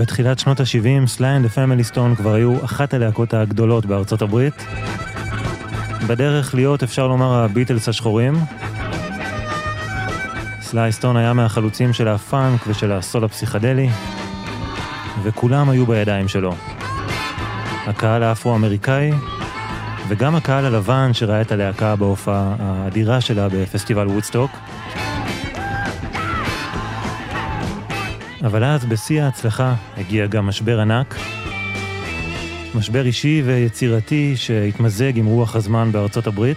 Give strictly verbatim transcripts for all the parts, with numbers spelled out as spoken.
בתחילת שנות ה-שבעים, סליי אנד דה פמילי סטון כבר היו אחת הלהקות הגדולות בארצות הברית. בדרך להיות, אפשר לומר, הביטלס השחורים. סליי סטון היה מהחלוצים של הפאנק ושל הסול הפסיכדלי, וכולם היו בידיים שלו. הקהל האפרו-אמריקאי, וגם הקהל הלבן שראה את הלהקה בהופעה האדירה שלה בפסטיבל וודסטוק. אבל אז בשיא ההצלחה הגיע גם משבר ענק, משבר אישי ויצירתי שהתמזג עם רוח הזמן בארצות הברית.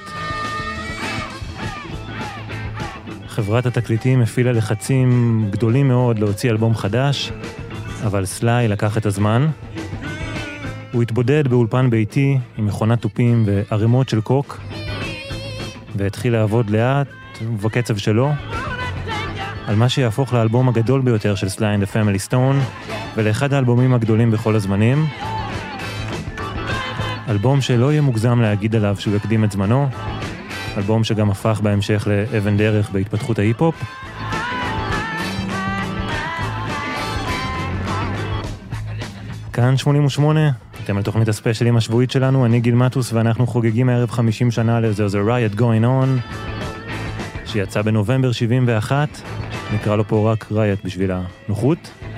חברת התקליטים הפעילה לחצים גדולים מאוד להוציא אלבום חדש, אבל סליי לקח את הזמן. הוא התבודד באולפן ביתי עם מכונת טופים וערימות של קוק, והתחיל לעבוד לאט ובקצב שלו, על מה שיהפוך לאלבום הגדול ביותר של סליי אנד דה פמילי סטון, ולאחד האלבומים הגדולים בכל הזמנים. אלבום שלא יהיה מוגזם להגיד עליו שהוא יקדים את זמנו, אלבום שגם הפך בהמשך לאבן דרך בהתפתחות ההיפ-הופ. כאן שמונים ושמונה, אתם על תוכנית הספיישלים השבועית שלנו, אני גיל מטוס ואנחנו חוגגים הערב חמישים שנה ל-There's a Riot Going On, שיצא בנובמבר שבעים ואחת, נקרא לו פה רק Riot בשביל הנוחות.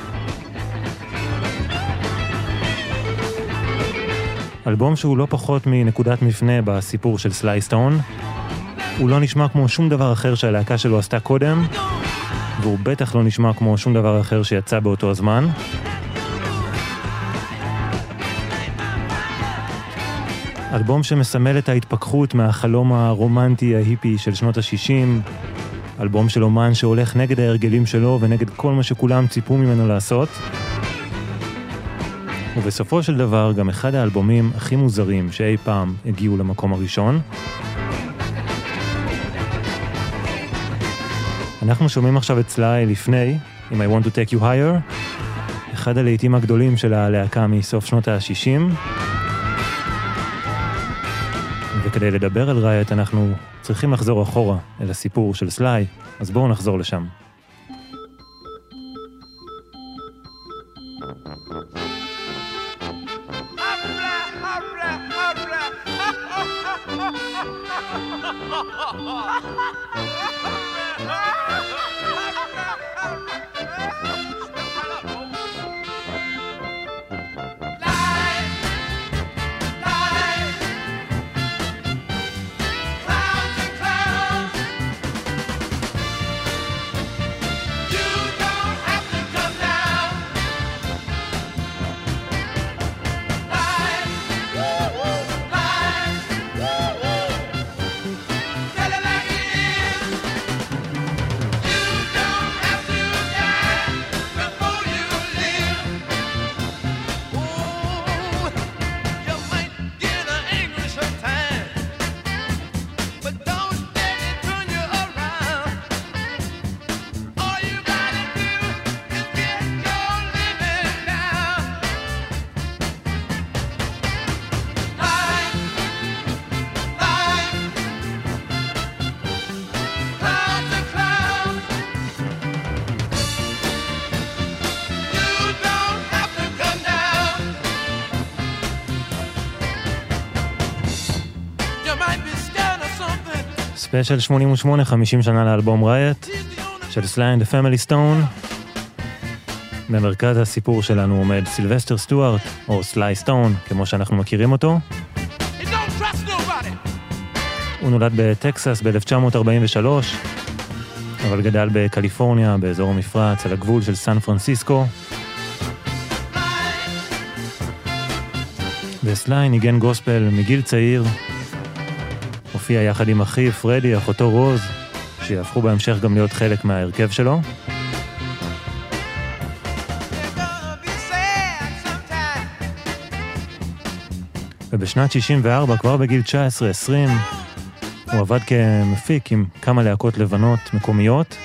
אלבום שהוא לא פחות מנקודת מפנה בסיפור של סליי סטון, הוא לא נשמע כמו שום דבר אחר שהלהקה שלו עשתה קודם, והוא בטח לא נשמע כמו שום דבר אחר שיצא באותו הזמן. אלבום שמסמל את ההתפכחות מהחלום הרומנטי ההיפי של שנות ה-שישים, אלבום של אומן שהולך נגד ההרגלים שלו ונגד כל מה שכולם ציפו ממנו לעשות. ובסופו של דבר גם אחד האלבומים הכי מוזרים שאי פעם הגיעו למקום הראשון. אנחנו שומעים עכשיו את סליי לפני, אם I want to take you higher, אחד הלהיטים הגדולים של הלהקה מסוף שנות ה-שישים. וכדי לדבר על ריוט אנחנו צריכים לחזור אחורה אל הסיפור של סליי, אז בואו נחזור לשם. ספיישל שמונים ושמונה, חמישים שנה לאלבום ריוט של סליי אנד דה פמילי סטון. במרכז הסיפור שלנו עומד סילבסטר סטוארט, או סליי סטון, כמו שאנחנו מכירים אותו. הוא נולד בטקסס ב-אלף תשע מאות ארבעים ושלוש, אבל גדל בקליפורניה, באזור המפרץ, על הגבול של סן פרנסיסקו. וסליי ניגן גוספל מגיל צעיר, הופיע יחד עם אחי פרדי, אחותו רוז, שיהפכו בהמשך גם להיות חלק מההרכב שלו. ובשנת שישים וארבע, כבר בגיל תשע עשרה עשרים, הוא עבד כמפיק עם כמה להקות לבנות מקומיות.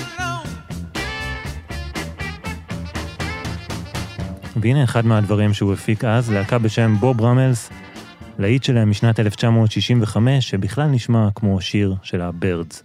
והנה אחד מהדברים שהוא הפיק אז, להקה בשם בוב רמלס, להיט שלהם משנת אלף תשע מאות שישים וחמש, שבכלל נשמע כמו שיר של הבירדס.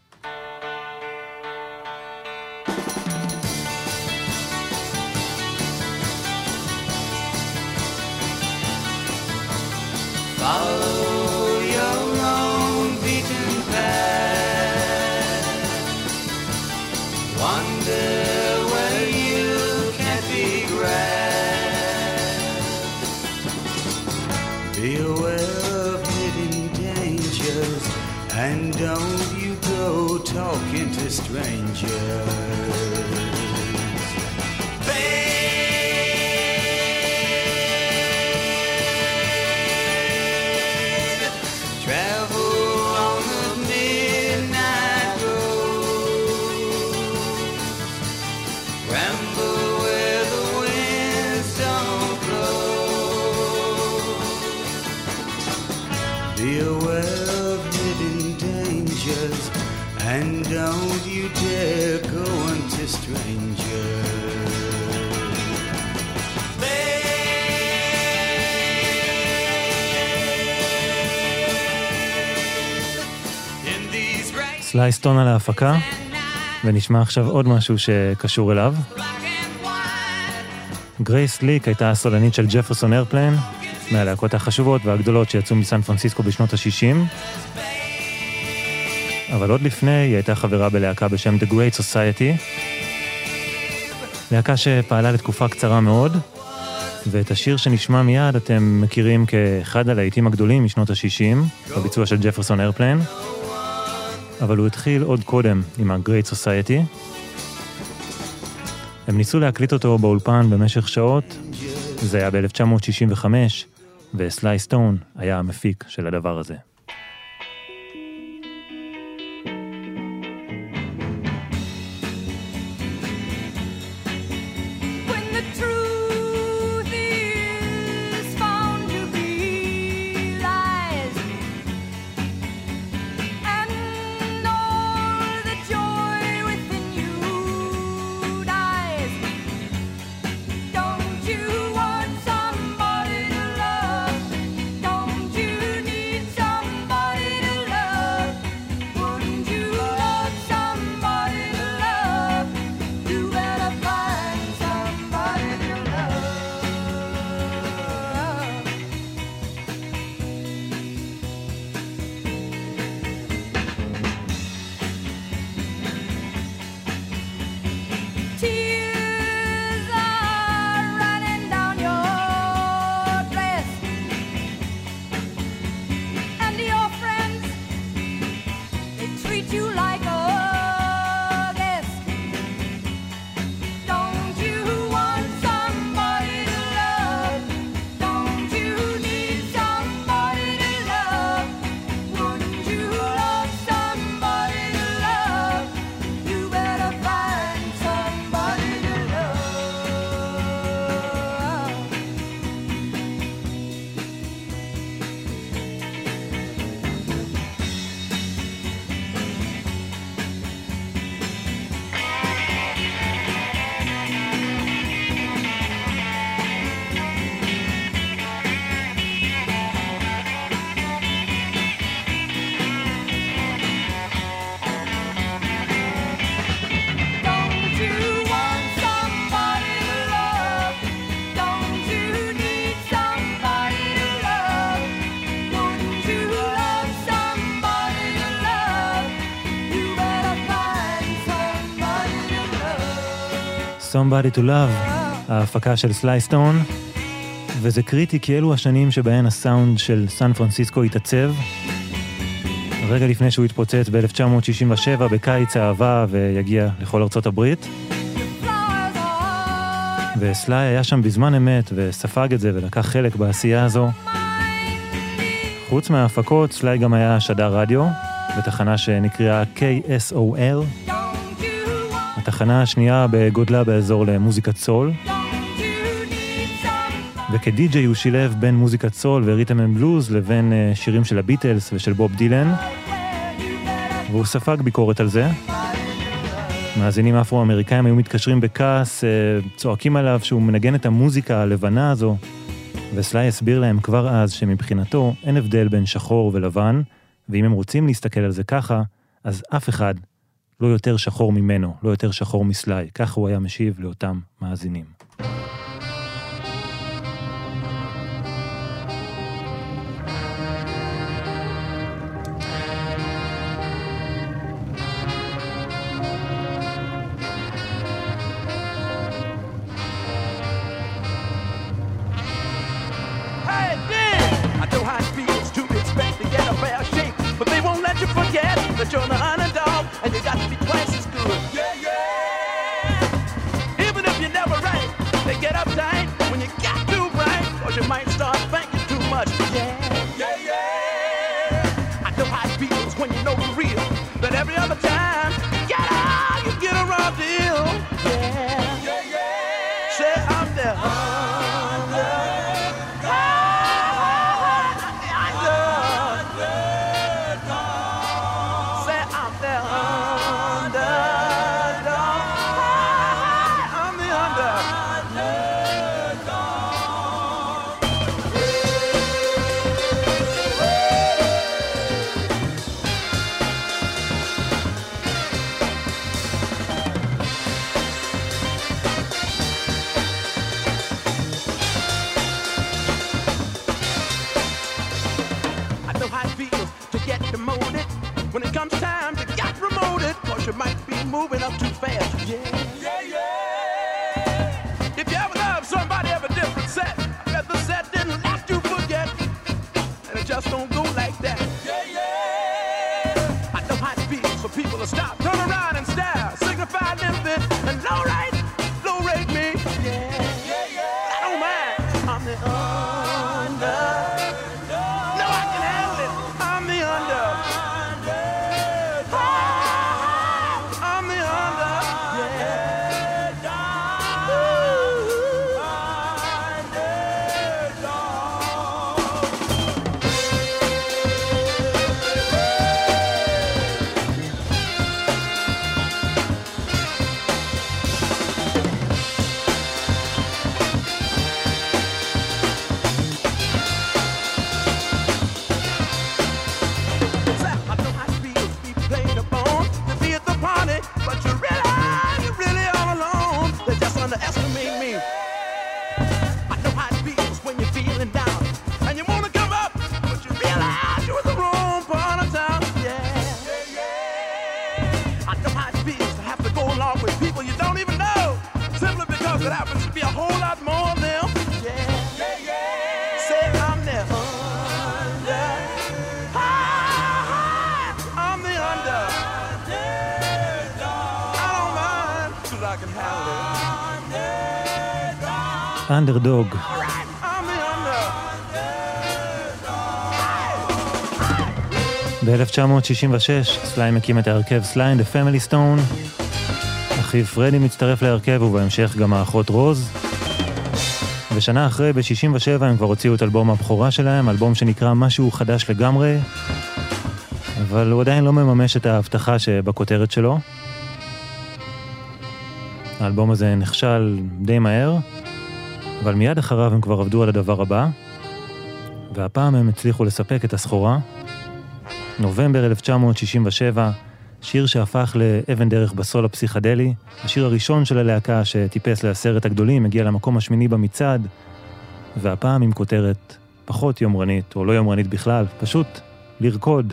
סליי סטון על ההפקה, ונשמע עכשיו עוד משהו שקשור אליו. גרייס ליק הייתה הסולנית של ג'פרסון איירפליין, מהלהקות החשובות והגדולות שיצאו מסן פרנסיסקו בשנות ה-שישים. אבל עוד לפני היא הייתה חברה בלהקה בשם The Great Society, להקה שפעלה לתקופה קצרה מאוד, ואת השיר שנשמע מיד אתם מכירים כאחד הלהיטים הגדולים משנות ה-שישים, בביצוע של ג'פרסון איירפליין, אבל הוא התחיל עוד קודם עם ה-Great Society. הם ניסו להקליט אותו באולפן במשך שעות, זה היה ב-אלף תשע מאות שישים וחמש, וסליי סטון היה המפיק של הדבר הזה. Somebody to Love, ההפקה של סליי סטון, וזה קריטי כי אלו השנים שבהן הסאונד של סן פרנסיסקו התעצב, רגע לפני שהוא התפוצץ ב-אלף תשע מאות שישים ושבע בקיץ האהבה ויגיע לכל ארצות הברית. וסליי היה שם בזמן אמת וספג את זה ולקח חלק בעשייה הזו. חוץ מההפקות, סליי גם היה שדר רדיו בתחנה שנקראה קיי אס או אל, התחנה השנייה בגודלה באזור למוזיקת סול, וכדי-ג'יי הוא שילב בין מוזיקת סול וריתם אנד בלוז לבין שירים של הביטלס ושל בוב דילן, והוא ספג ביקורת על זה. מאזינים אפרו-אמריקאים היו מתקשרים בכעס, צועקים עליו שהוא מנגן את המוזיקה הלבנה הזו, וסליי הסביר להם כבר אז שמבחינתו אין הבדל בין שחור ולבן, ואם הם רוצים להסתכל על זה ככה, אז אף אחד לא יותר שחור ממנו, לא יותר שחור מסליי. כך הוא היה משיב לאותם מאזינים. you might start thinking too much. Yeah, yeah, yeah. I know how it feels when you know the real. But every other time you get out, you get a raw deal. Yeah, yeah, yeah. Say I'm there. Under, under, underdog. Say I'm there. Underdog. I'm the under. When it comes time to get promoted, cause you might be moving up too fast. Yeah, yeah, yeah. If you ever love somebody of a different set, I bet the set didn't let you forget. And it just don't go like that. Yeah, yeah. I know how it feels for people to stop, turn around and stare, signify limpid and low rate, low rate me. Yeah, yeah, yeah. I don't mind. I'm the under. No, I can handle it. I'm the under. It happens to be a whole lot more of them. Yeah, yeah, yeah. Say I'm the under. Ah, I'm the under. I don't mind, cause I can handle it. Underdog. All right, I'm the under. ב-אלף תשע מאות שישים ושש סליי מקים את ההרכב סליי and the Family Stone. אחיו פרדי מצטרף להרכב ובהמשך גם האחות רוז. ושנה אחרי, ב-שישים ושבע, הם כבר הוציאו את אלבום הבכורה שלהם, אלבום שנקרא משהו חדש לגמרי, אבל הוא עדיין לא מממש את ההבטחה שבכותרת שלו. האלבום הזה נכשל די מהר, אבל מיד אחריו הם כבר עבדו על הדבר הבא, והפעם הם הצליחו לספק את הסחורה. נובמבר אלף תשע מאות שישים ושבע, שיר שהפך לאבן דרך בסול הפסיכדלי, השיר הראשון של הלהקה שטיפס לעשרת הגדולים, הגיע למקום השמיני במצעד, והפעם עם כותרת פחות יומרנית, או לא יומרנית בכלל, פשוט לרקוד.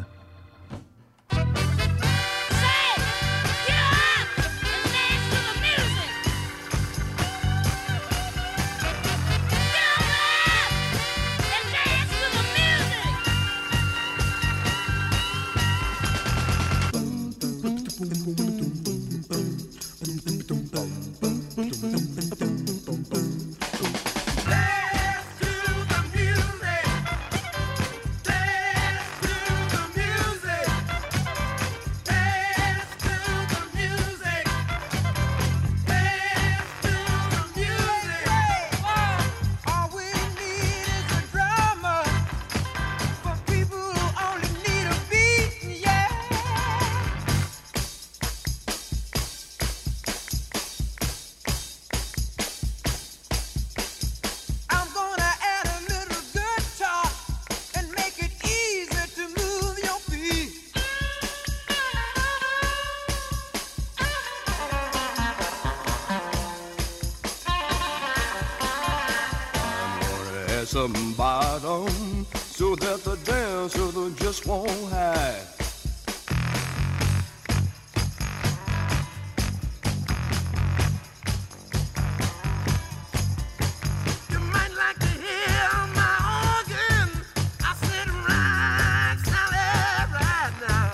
Some bottom so that the dancer just won't hide. You might like to hear my organ. I sit right solid right now.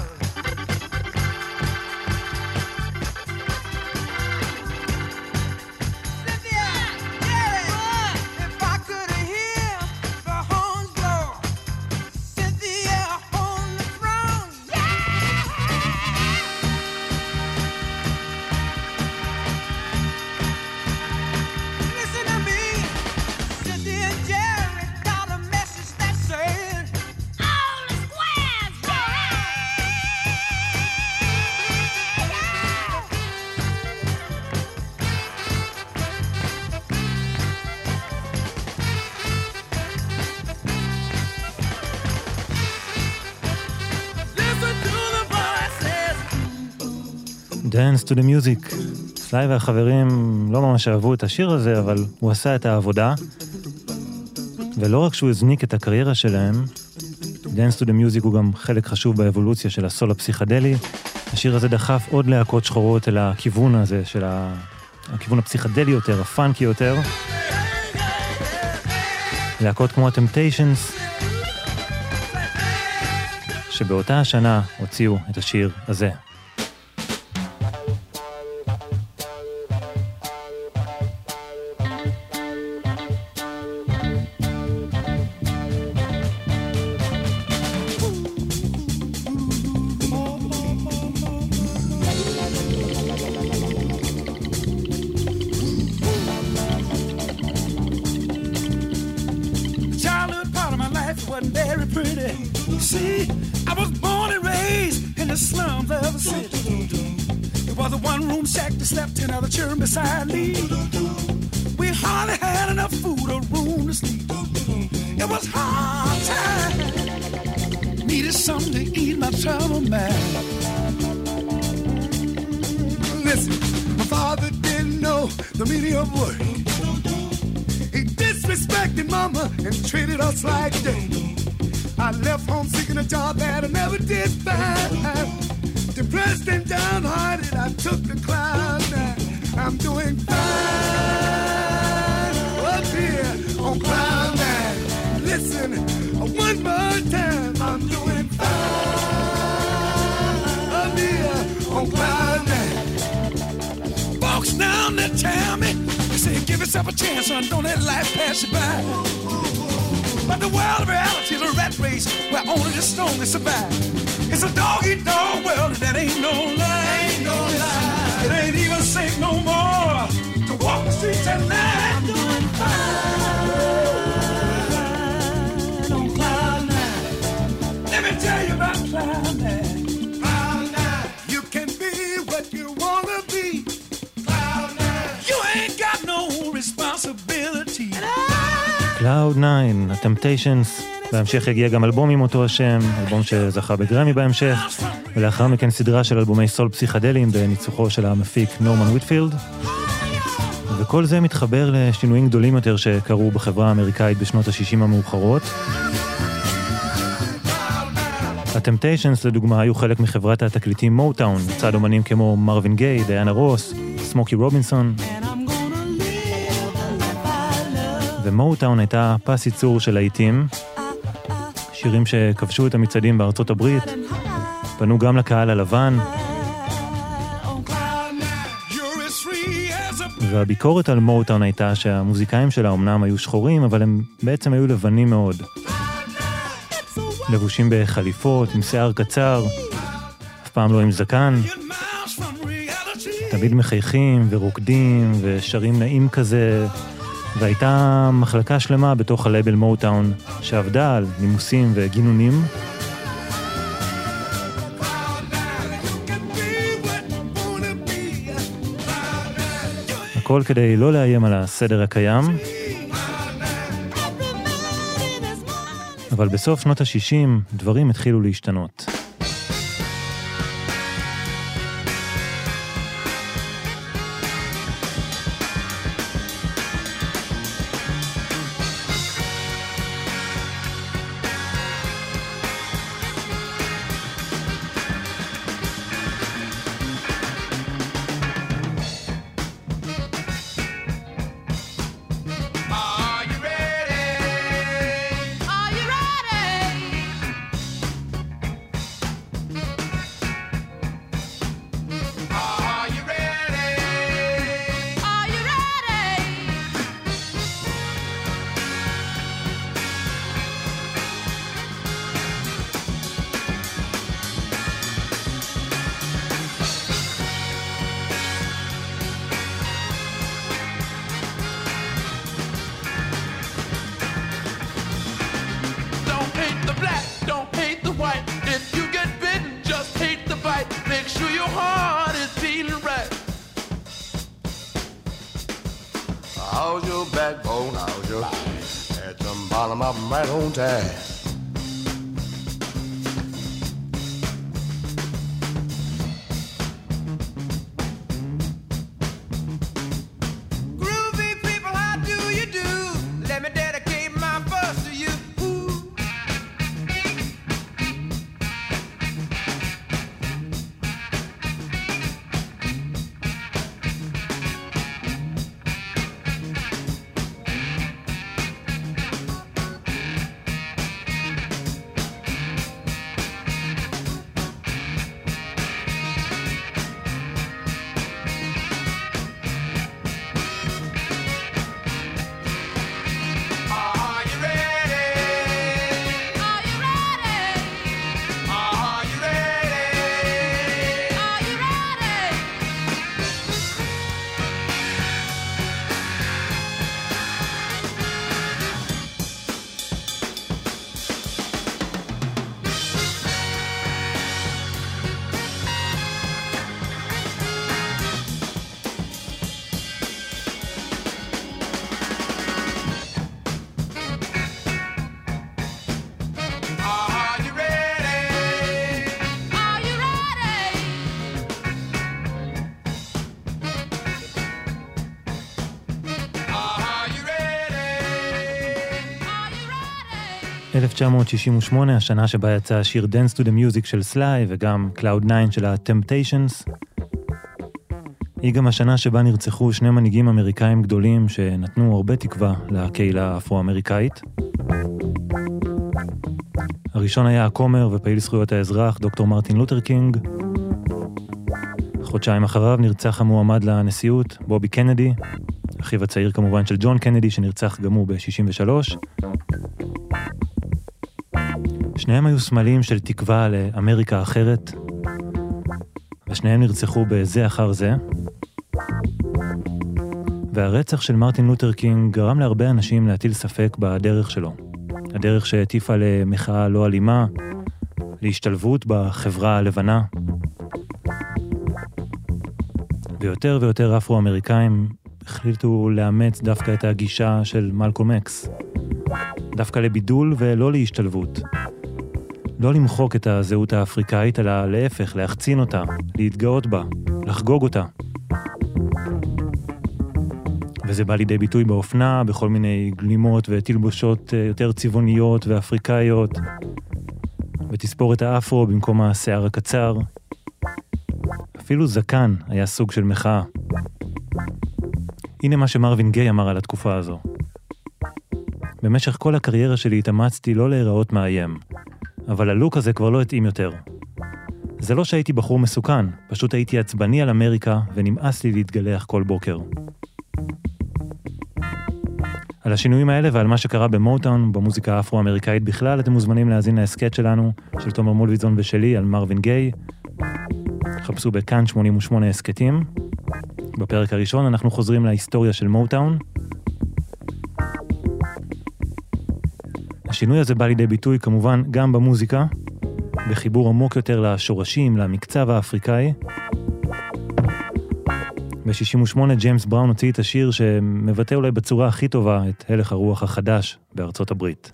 Cynthia, Jerry, if I could hear Dance to the Music. סליי והחברים לא ממש אהבו את השיר הזה, אבל הוא עשה את העבודה. ולא רק שהוא הזניק את הקריירה שלהם, Dance to the Music הוא גם חלק חשוב באבולוציה של הסול הפסיכדלי. השיר הזה דחף עוד להקות שחורות אל הכיוון הזה, של ה... הכיוון הפסיכדלי יותר, הפאנקי יותר. להקות כמו ה-Temptations, שבאותה השנה הוציאו את השיר הזה. Beside me, we hardly had enough food or room to sleep. It was hard time. Needed something to eat my trouble man. Listen, my father didn't know the meaning of work. He disrespected mama and treated us like dirt. I left home seeking a job that I never did find. Depressed and downhearted, I took the cloud nine. I'm doing fine up here on cloud nine. Listen, one more time. I'm doing fine up here on cloud nine. Folks down there tell me, they say give yourself a chance, son, don't let life pass you by. But the world of reality is a rat race where only the strongest survive. It's a dog-eat-dog world and that ain't no lie. Ain't no lie. It ain't even safe no more to walk the streets at night. I'm doing fine on cloud nine. Let me tell you about cloud nine. Cloud nine. You can be what you wanna be. Cloud nine. You ain't got no responsibility. Cloud nine, ה-Temptations. בהמשך יגיע גם אלבום עם אותו השם, אלבום שזכה בגרמי בהמשך, ולאחר מכן סדרה של אלבומי סול פסיכדליים בניצוחו של המפיק נורמן ויטפילד. וכל זה מתחבר לשינויים גדולים יותר שקרו בחברה האמריקאית בשנות ה-שישים המאוחרות. ה-Temptations לדוגמה היו חלק מחברת התקליטים מוטאון, צד אומנים כמו מרווין גיי, דיאנה רוס, סמוקי רובינסון. ומוטאון הייתה פס ייצור של להיטים, שירים שכבשו את המצעדים בארצות הברית, פנו גם לקהל הלבן, והביקורת על מוטאון הייתה שהמוזיקאים שלה אומנם היו שחורים, אבל הם בעצם היו לבנים מאוד. לבושים בחליפות, עם שיער קצר, אף פעם לא עם זקן, תמיד מחייכים ורוקדים ושרים נעים כזה, והייתה מחלקה שלמה בתוך הלייבל מוטאון שעבדה על נימוסים וגינונים. הכל כדי לא לאיים על הסדר הקיים. אבל בסוף שנות ה-שישים דברים התחילו להשתנות. How's your backbone? How's your life? Had some bottom up right on time. אלף תשע מאות שישים ושמונה, השנה שבה יצא השיר Dance to the Music של סליי וגם קלאוד ניין של ה-Temptations. היא גם השנה שבה נרצחו שני מנהיגים אמריקאים גדולים שנתנו הרבה תקווה לקהילה האפרו-אמריקאית. הראשון היה הכומר ופעיל זכויות האזרח דוקטור מרטין לותר קינג. חודשיים אחריו נרצח המועמד לנשיאות בובי קנדי, אחיו הצעיר כמובן של ג'ון קנדי שנרצח גם הוא ב-שישים ושלוש. שניהם היו סמלים של תקווה לאמריקה אחרת, ושניהם נרצחו בזה אחר זה. והרצח של מרטין לותר קינג גרם להרבה אנשים להטיל ספק בדרך שלו. הדרך שהטיפה למחאה לא אלימה, להשתלבות בחברה הלבנה. ויותר ויותר אפרו-אמריקאים החליטו לאמץ דווקא את הגישה של מלקום אקס. דווקא לבידול ולא להשתלבות. לא למחוק את הזהות האפריקאית, אלא להפך, להחצין אותה, להתגאות בה, לחגוג אותה. וזה בא לידי ביטוי באופנה, בכל מיני גלימות ותלבושות יותר צבעוניות ואפריקאיות, ותספורת האפרו במקום השיער הקצר. אפילו זקן היה סוג של מחאה. הנה מה שמרווין גיי אמר על התקופה הזו. במשך כל הקריירה שלי התאמצתי לא להיראות מאיים, אבל הלוק הזה כבר לא התאים יותר. זה לא שהייתי בחור מסוכן, פשוט הייתי עצבני על אמריקה ונמאס לי להתגלח כל בוקר. על השינויים האלה ועל מה שקרה במוטאון, במוזיקה האפרו-אמריקאית בכלל, אתם מוזמנים להאזין להסקט שלנו, של תומר מולביזון ושלי, על מרווין גיי. חפשו בכאן שמונים ושמונה הסקטים. בפרק הראשון אנחנו חוזרים להיסטוריה של מוטאון. השינוי הזה בא לידי ביטוי כמובן גם במוזיקה, בחיבור עמוק יותר לשורשים, למקצב האפריקאי. ב-שישים ושמונה ג'יימס בראון הוציא את השיר שמבטא אולי בצורה הכי טובה את הלך הרוח החדש בארצות הברית.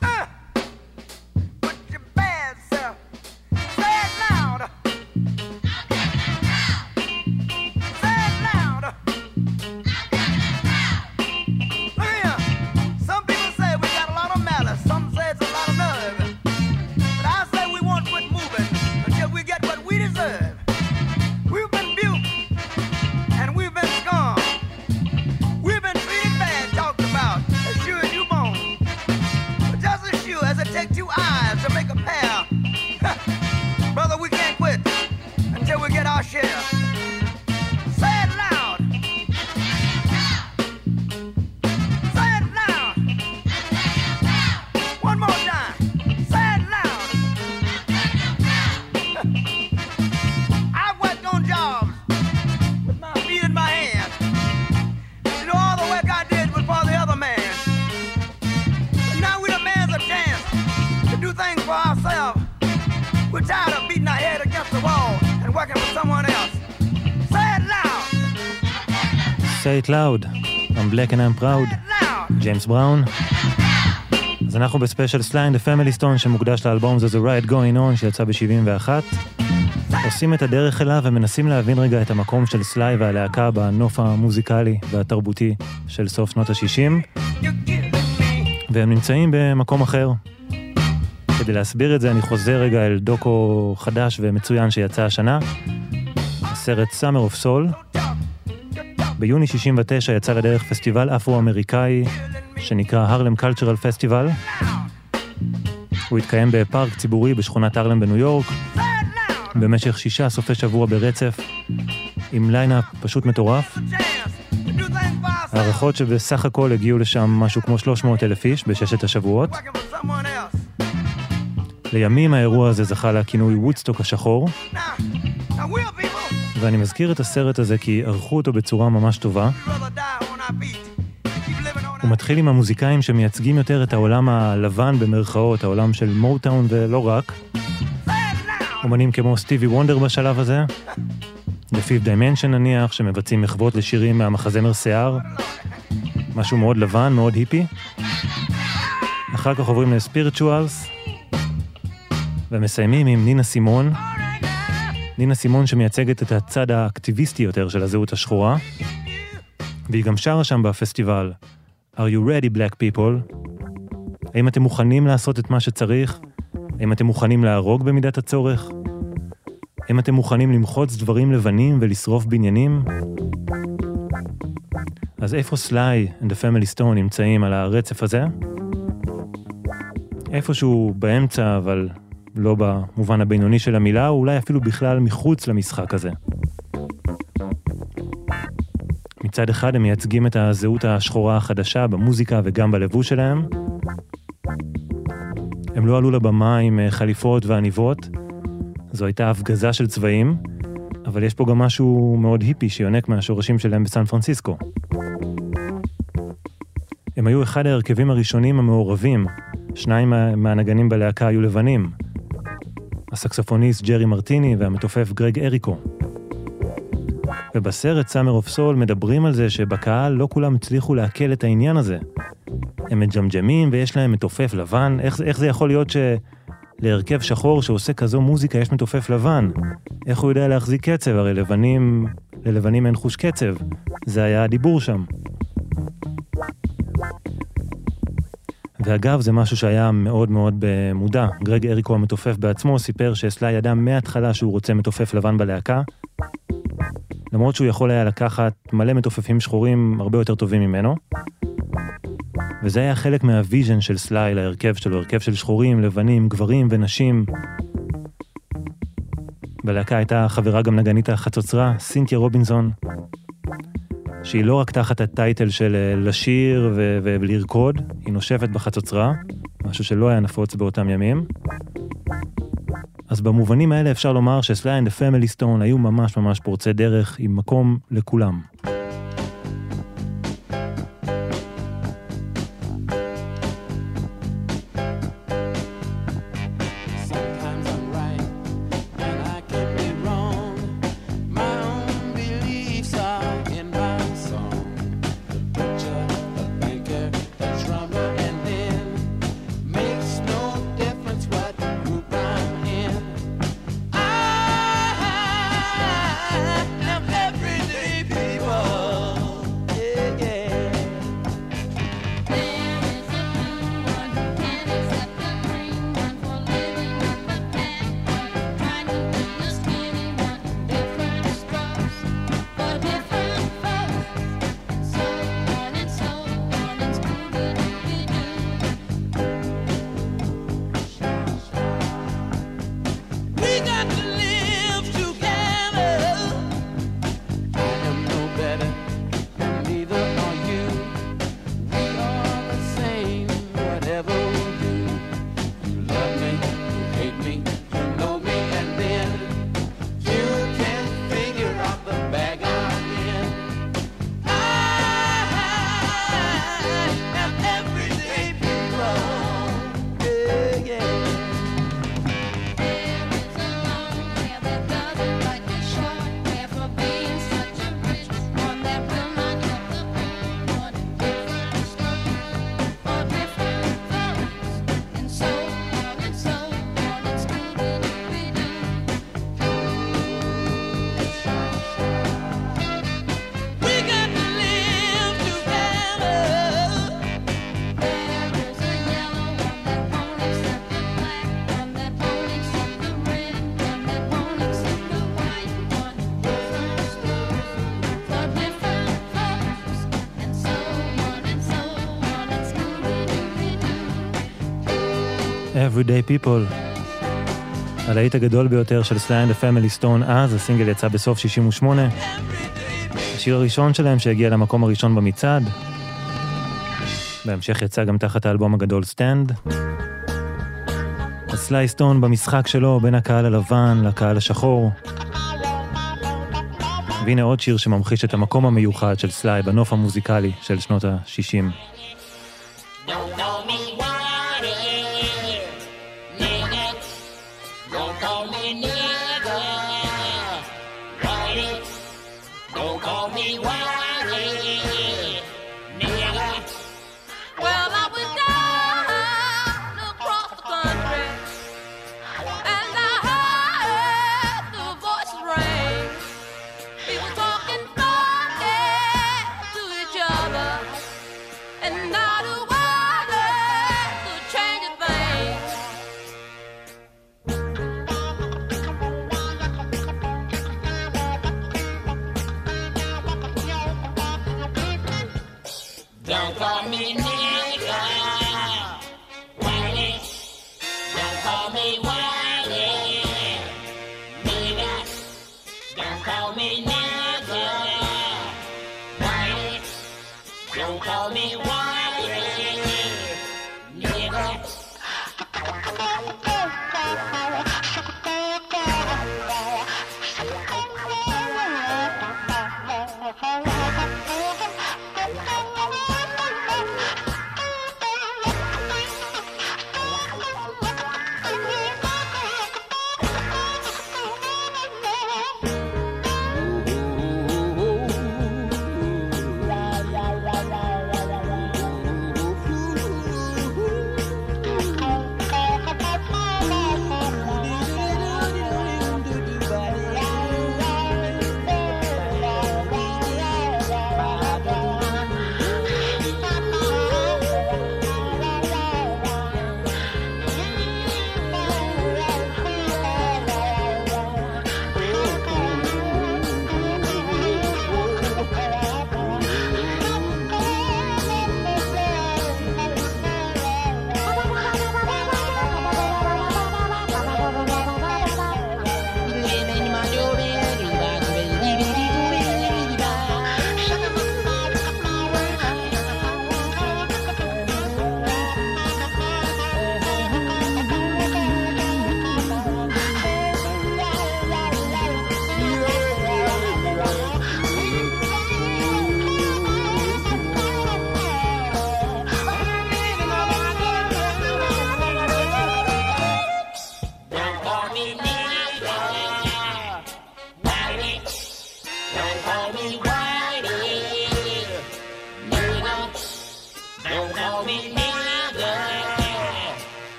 Say it loud, I'm black and I'm proud, ג'יימס בראון. אז אנחנו בספיישל סליי and the Family Stone שמוקדש לאלבום זה The Right Going On שיצא ב-שבעים ואחת. עושים את הדרך אליו ומנסים להבין רגע את המקום של סליי והלהקה בנוף המוזיקלי והתרבותי של סוף שנות ה-שישים. והם נמצאים במקום אחר. כדי להסביר את זה אני חוזר רגע אל דוקו חדש ומצוין שיצא השנה. הסרט Summer of Soul. ביוני שישים ותשע יצא לדרך פסטיבל אפרו-אמריקאי שנקרא הרלם קלצ'רל פסטיבל. הוא התקיים בפארק ציבורי בשכונת הרלם בניו יורק במשך שישה סופי שבוע ברצף עם ליינאפ פשוט מטורף. הערכות שבסך הכל הגיעו לשם משהו כמו שלוש מאות אלף איש בששת השבועות. לימים האירוע הזה זכה לכינוי וודסטוק השחור. ואני מזכיר את הסרט הזה כי ערכו אותו בצורה ממש טובה. הוא מתחיל עם המוזיקאים שמייצגים יותר את העולם הלבן במרכאות, העולם של מוטאון ולא רק. אומנים כמו סטיבי וונדר בשלב הזה, The Fifth Dimension נניח, שמבצעים מחוות לשירים מהמחזמר שיער, משהו מאוד לבן, מאוד היפי. אחר כך עוברים לספיריטואלס, ומסיימים עם נינה סימון, נינה סימון שמייצגת את הצד האקטיביסטי יותר של הזהות השחורה, והיא גם שרה שם בפסטיבל, Are you ready black people? האם אתם מוכנים לעשות את מה שצריך? האם אתם מוכנים להרוג במידת הצורך? האם אתם מוכנים למחוץ דברים לבנים ולשרוף בניינים? אז איפה סליי and the Family Stone נמצאים על הרצף הזה? איפשהו באמצע, אבל לא במובן הבינוני של המילה, או אולי אפילו בכלל מחוץ למשחק הזה. מצד אחד הם מייצגים את הזהות השחורה החדשה במוזיקה וגם בלבוש שלהם. הם לא עלו לבמה עם חליפות ועניבות, זו הייתה הפגזה של צבעים, אבל יש פה גם משהו מאוד היפי שיונק מהשורשים שלהם בסן פרנסיסקו. הם היו אחד ההרכבים הראשונים המעורבים, שניים מהנגנים בלהקה היו לבנים, הסקסופוניסט ג'רי מרטיני והמתופף גרג אריקו. ובסרט סאמר אוף סול מדברים על זה שבקהל לא כולם הצליחו לעכל את העניין הזה. הם מג'מג'מים ויש להם מתופף לבן. איך, איך זה יכול להיות שלהרכב שחור שעושה כזו מוזיקה יש מתופף לבן? איך הוא יודע להחזיק קצב? הרי לבנים, ללבנים אין חוש קצב. זה היה הדיבור שם. ואגב, זה משהו שהיה מאוד מאוד במודע. גרג אריקו המתופף בעצמו סיפר שסליי ידע מההתחלה שהוא רוצה מתופף לבן בלהקה, למרות שהוא יכול היה לקחת מלא מתופפים שחורים הרבה יותר טובים ממנו. וזה היה חלק מהוויז'ן של סליי להרכב שלו, הרכב של שחורים, לבנים, גברים ונשים. בלהקה הייתה חברה גם נגנית החצוצרה, סינתיה רובינזון, שהיא לא רק תחת הטייטל של לשיר ו- ולרקוד, היא נושפת בחצוצרה, משהו שלא היה נפוץ באותם ימים. אז במובנים האלה אפשר לומר שסליי and the Family Stone היו ממש ממש פורצי דרך עם מקום לכולם. Everyday People, הלהיט הגדול ביותר של סליי and the Family Stone אז, הסינגל יצא בסוף שישים ושמונה, השיר הראשון שלהם שהגיע למקום הראשון במצעד, בהמשך יצא גם תחת האלבום הגדול סטנד. אז סליי סטון במשחק שלו בין הקהל הלבן לקהל השחור, והנה עוד שיר שממחיש את המקום המיוחד של סליי בנוף המוזיקלי של שנות ה-שישים. And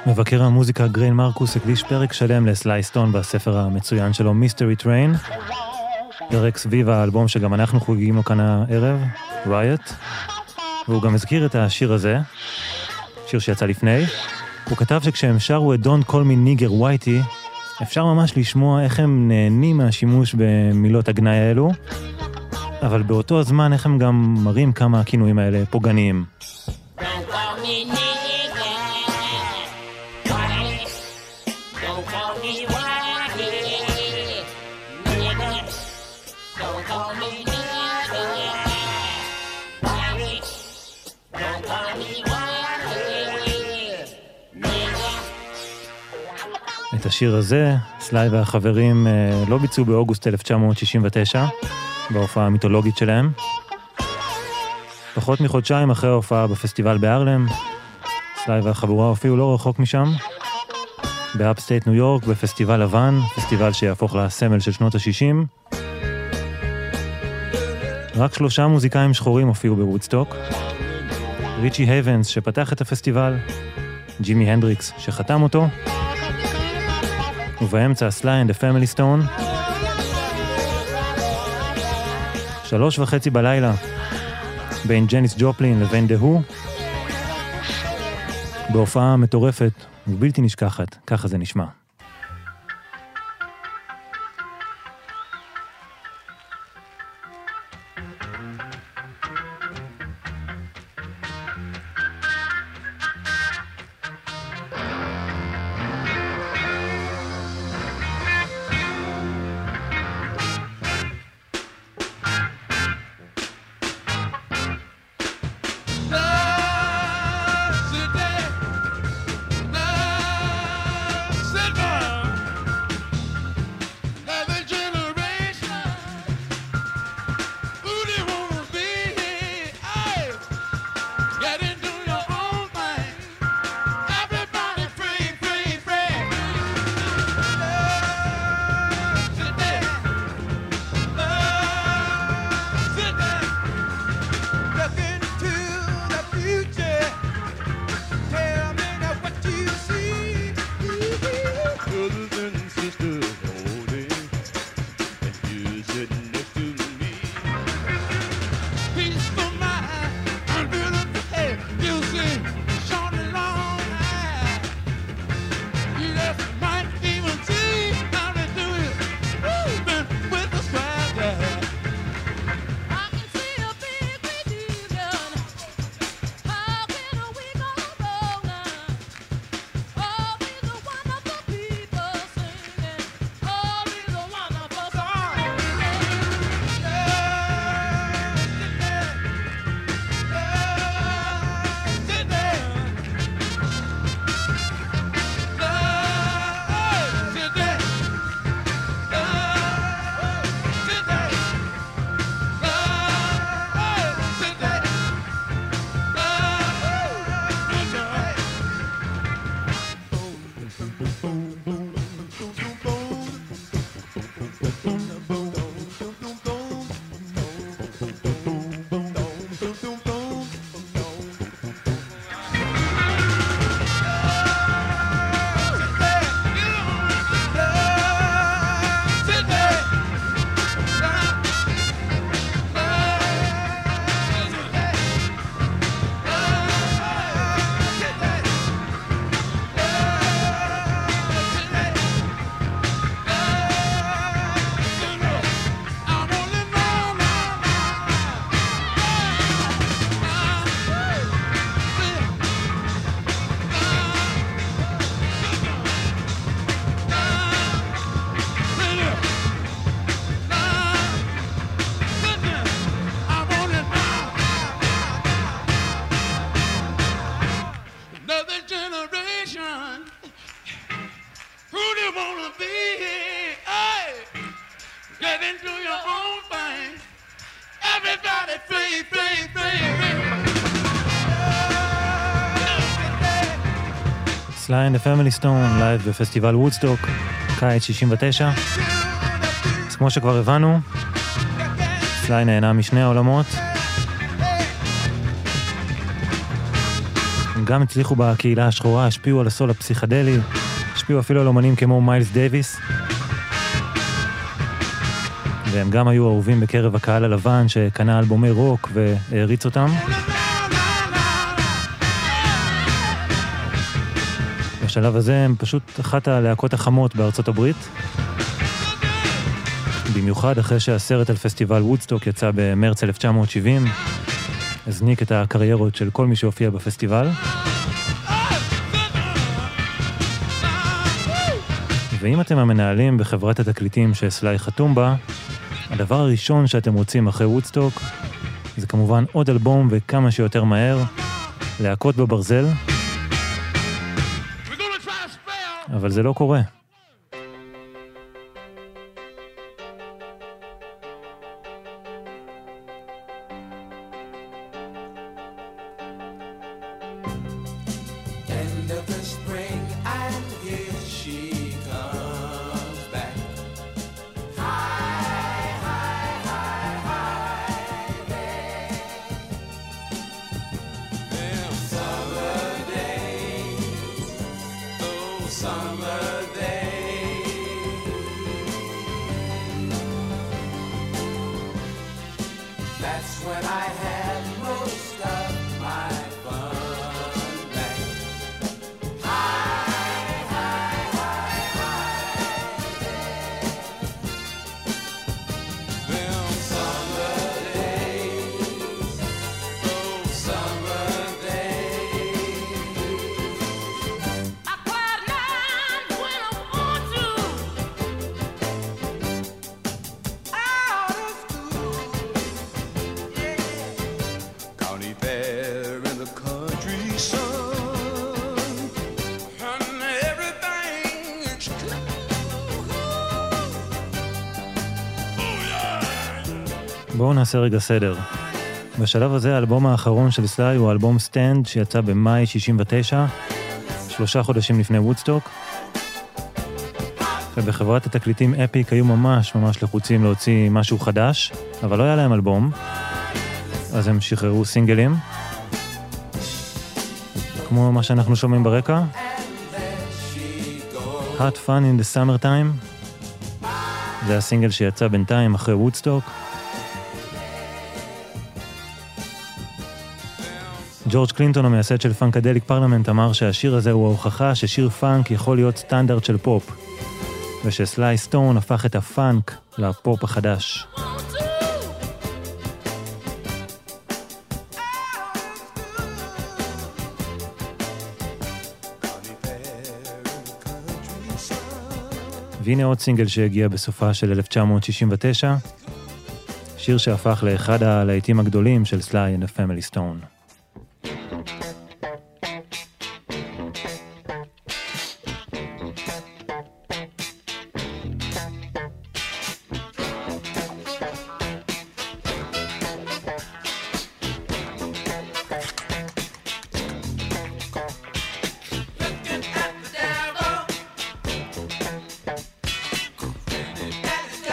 מבקר המוזיקה גרייל מרקוס הקדיש פרק שלם לסליי סטון בספר המצוין שלו, מיסטרי טריין. פרק סביב האלבום שגם אנחנו חוגגים לו כאן הערב, ריוט. והוא גם הזכיר את השיר הזה, שיר שיצא לפני. הוא כתב שכשהם שרו את Don't Call Me Nigger Whitey, אפשר ממש לשמוע איך הם נהנים מהשימוש במילות הגנאי האלו, אבל באותו הזמן איך הם גם מראים כמה הכינויים האלה פוגעניים. את השיר הזה, סליי והחברים לא ביצעו באוגוסט אלף תשע מאות שישים ותשע, בהופעה המיתולוגית שלהם. פחות מחודשיים אחרי ההופעה בפסטיבל בארלם, סליי והחבורה הופיעו לא רחוק משם, באפסטייט ניו יורק, בפסטיבל לבן, פסטיבל שיהפוך לסמל של שנות ה-שישים. רק שלושה מוזיקאים שחורים הופיעו בוודסטוק. ריצ'י הייבנס שפתח את הפסטיבל, ג'ימי הנדריקס שחתם אותו, ובאמצע סליי אנד הפמילי סטון. שלוש וחצי בלילה, בין ג'ניס ג'ופלין לבין דהו, בהופעה מטורפת ובלתי נשכחת, ככה זה נשמע. סליי אנד הפמילי סטון, לייב בפסטיבל וודסטוק, קיץ שישים ותשע. אז כמו שכבר הבנו, סליי נהנה משני העולמות. הם גם הצליחו בקהילה השחורה, השפיעו על הסול הפסיכדלי, השפיעו אפילו על אומנים כמו מיילס דייביס, והם גם היו אהובים בקרב הקהל הלבן שקנה אלבומי רוק והריץ אותם. בשלב הזה הם פשוט אחת הלהקות החמות בארצות הברית, במיוחד אחרי שהסרט על פסטיבל וודסטוק יצא במרץ אלף תשע מאות שבעים, הזניק את הקריירות של כל מי שהופיע בפסטיבל. ואם אתם המנהלים בחברת התקליטים שסליי חתום בה, הדבר הראשון שאתם רוצים אחרי וודסטוק זה כמובן עוד אלבום וכמה שיותר מהר, להקות בברזל. אבל זה לא קורה. בואו נעשה רגע סדר. בשלב הזה האלבום האחרון של סליי הוא האלבום סטנד שיצא במאי שישים ותשע, שלושה חודשים לפני וודסטוק. ובחברת התקליטים אפיק היו ממש ממש לחוצים להוציא משהו חדש, אבל לא היה להם אלבום, אז הם שחררו סינגלים, כמו מה שאנחנו שומעים ברקע. Hot Fun in the Summertime, זה הסינגל שיצא בינתיים אחרי וודסטוק. ג'ורג' קלינטון, המייסד של פאנקדליק פרלמנט, אמר שהשיר הזה הוא ההוכחה ששיר פאנק יכול להיות סטנדרט של פופ, ושסליי סטון הפך את הפאנק לפופ החדש. והנה עוד סינגל שהגיע בסופה של אלף תשע מאות שישים ותשע, שיר שהפך לאחד הלהיטים הגדולים של סליי and the Family Stone.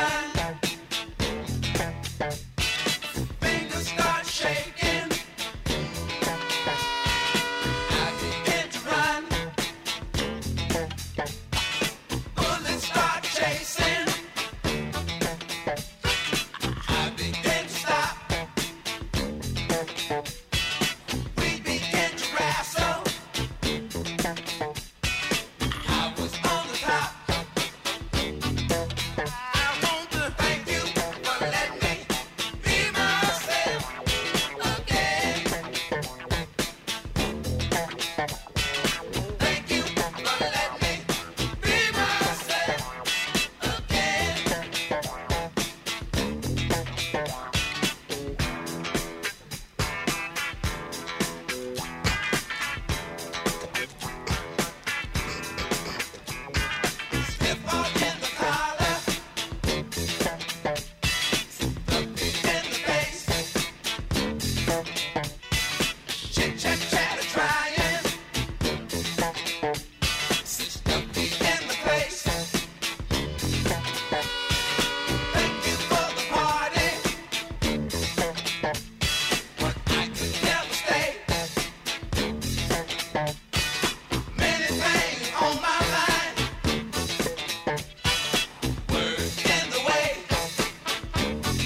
Fingers start shaking.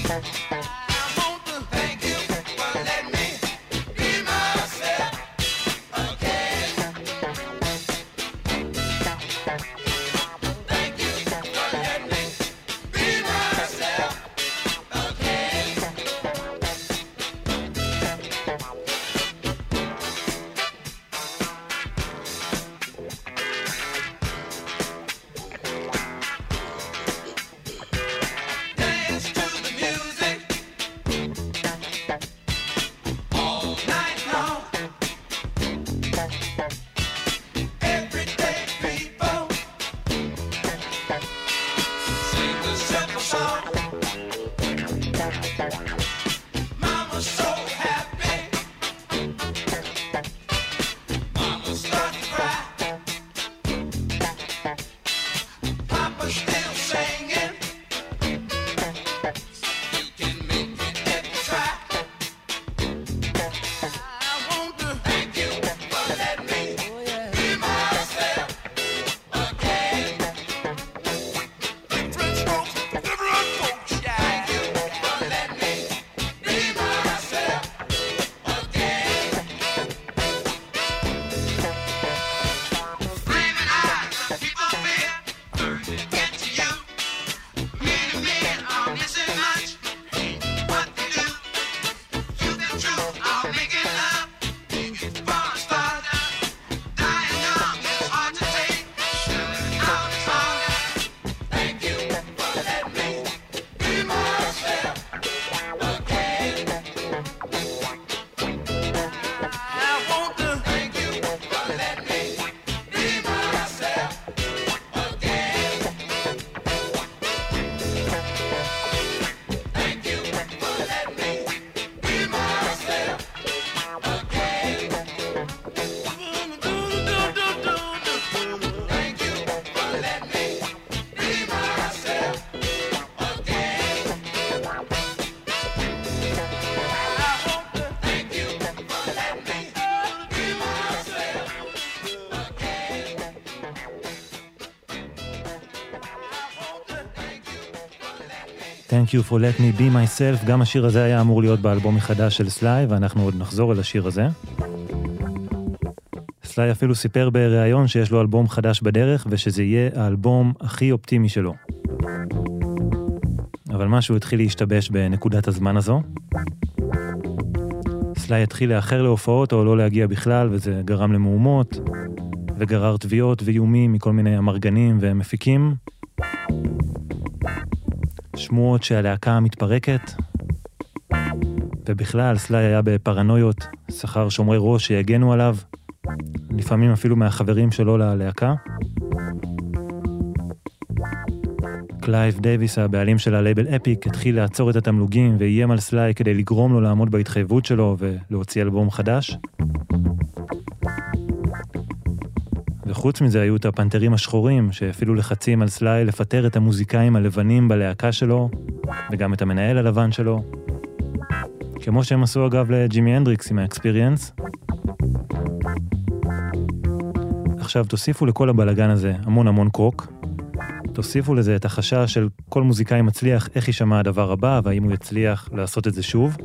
Thank you for let me be myself, גם השיר הזה היה אמור להיות באלבום מחדש של סליי, ואנחנו עוד נחזור אל השיר הזה. סליי אפילו סיפר בריאיון שיש לו אלבום חדש בדרך, ושזה יהיה האלבום הכי אופטימי שלו. אבל משהו התחיל להשתבש בנקודת הזמן הזו. סליי התחיל לאחר להופעות או לא להגיע בכלל, וזה גרם למהומות, וגרר תביעות ואיומים מכל מיני אמרגנים ומפיקים. שמועות שהלהקה מתפרקת, ובכלל סליי היה בפרנויות, שכר שומרי ראש שיגנו עליו, לפעמים אפילו מהחברים שלו ללהקה. קלייב דייביס, הבעלים של הלייבל אפיק, התחיל לעצור את התמלוגים ואיים על סליי כדי לגרום לו לעמוד בהתחייבות שלו ולהוציא אלבום חדש. וחוץ מזה היו את הפנתרים השחורים שהפעילו לחצים על סליי לפטר את המוזיקאים הלבנים בלהקה שלו וגם את המנהל הלבן שלו, כמו שהם עשו אגב לג'ימי הנדריקס עם האקספיריאנס. עכשיו תוסיפו לכל הבלגן הזה המון המון קרוק, תוסיפו לזה את החשש של כל מוזיקאי מצליח איך יישמע הדבר הבא והאם הוא יצליח לעשות את זה שוב.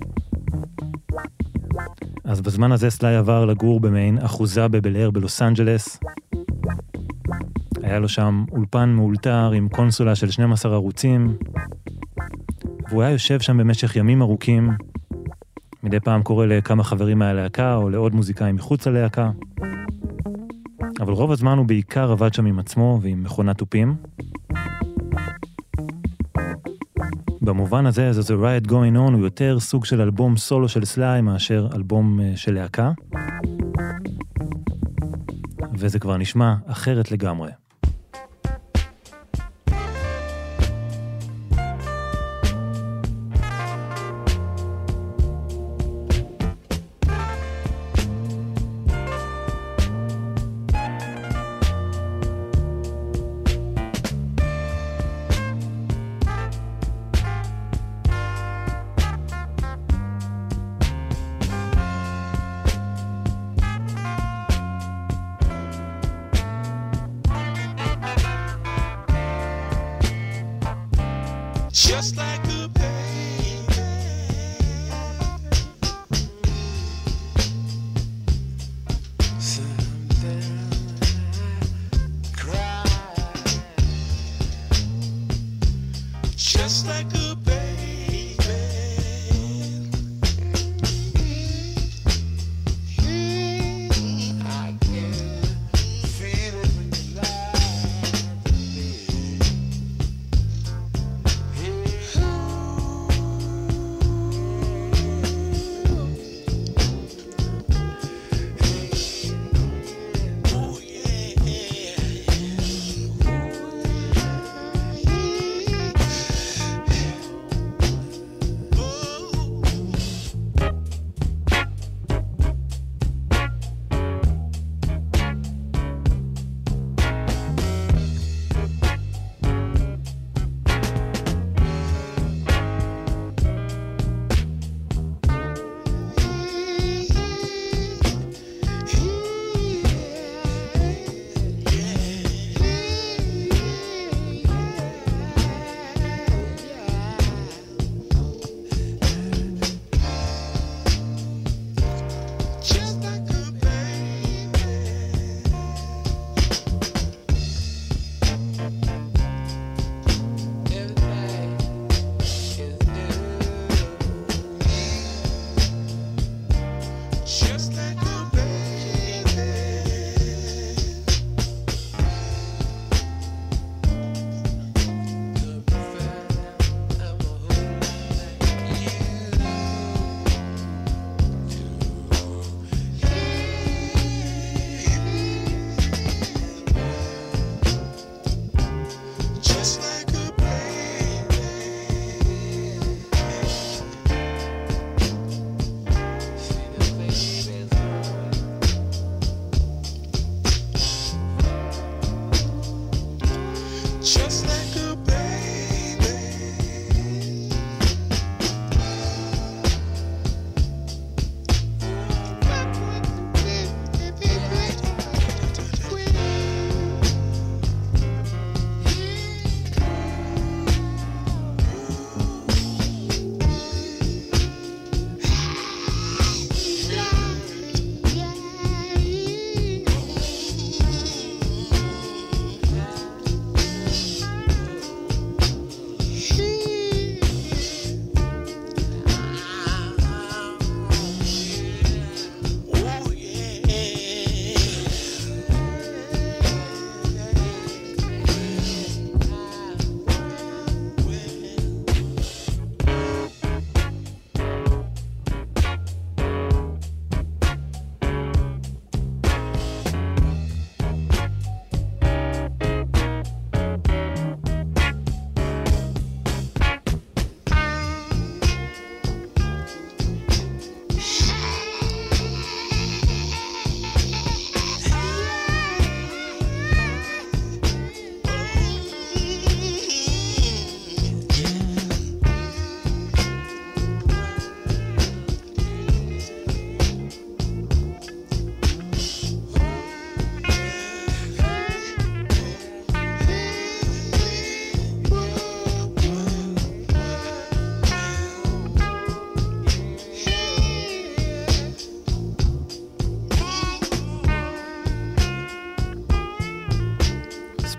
אז בזמן הזה סליי עבר לגור במעין אחוזה בבל אייר בלוס אנג'לס. היה לו שם אולפן מאולתר עם קונסולה של שנים עשר ערוצים, והוא היה יושב שם במשך ימים ארוכים, מדי פעם קורא לכמה חברים מהלהקה או לעוד מוזיקאים מחוץ ללהקה, אבל רוב הזמן הוא בעיקר עבד שם עם עצמו ועם מכונת טופים. במובן הזה, אז The Riot Going On הוא יותר סוג של אלבום סולו של סליי מאשר אלבום של להקה, וזה כבר נשמע אחרת לגמרי.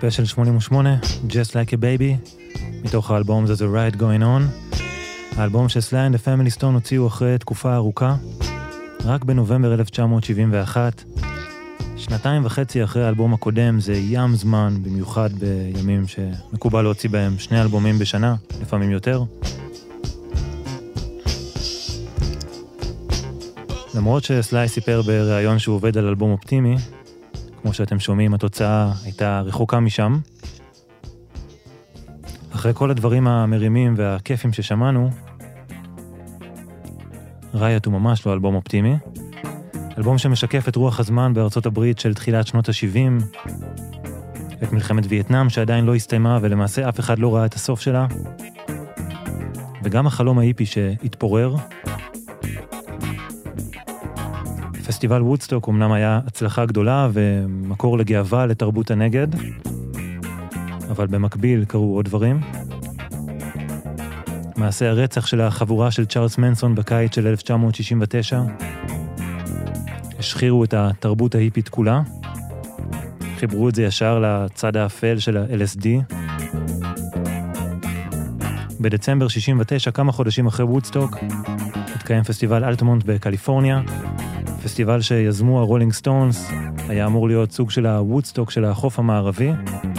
ספיישל שמונים ושמונה, Just Like a Baby, מתוך האלבום The Ride Going On, האלבום שסליי אנד פמילי סטון הוציאו אחרי תקופה ארוכה, רק בנובמבר אלף תשע מאות שבעים ואחת, שנתיים וחצי אחרי האלבום הקודם, זה ים זמן, במיוחד בימים שמקובל להוציא בהם שני אלבומים בשנה, לפעמים יותר. למרות שסליי סיפר בריאיון שהוא עובד על אלבום אופטימי, כמו שאתם שומעים, התוצאה הייתה רחוקה משם. אחרי כל הדברים המרימים והכיפים ששמענו, ריוט הוא ממש לא אלבום אופטימי. אלבום שמשקף את רוח הזמן בארצות הברית של תחילת שנות ה-שבעים, את מלחמת וייטנאם שעדיין לא הסתיימה ולמעשה אף אחד לא ראה את הסוף שלה, וגם החלום האיפי שהתפורר. פסטיבל וודסטוק אמנם היה הצלחה גדולה ומקור לגאווה לתרבות הנגד, אבל במקביל קרו עוד דברים. מעשה הרצח של החבורה של צ'ארלס מנסון בקיץ של אלף תשע מאות שישים ותשע, השחירו את התרבות ההיפית כולה, חיברו את זה ישר לצד האפל של ה-אל אס די. בדצמבר שישים ותשע, כמה חודשים אחרי וודסטוק, התקיים פסטיבל אלטמונט בקליפורניה, פסטיבל שיזמו הרולינג סטונס, היה אמור להיות סוג של הוודסטוק של החוף המערבי,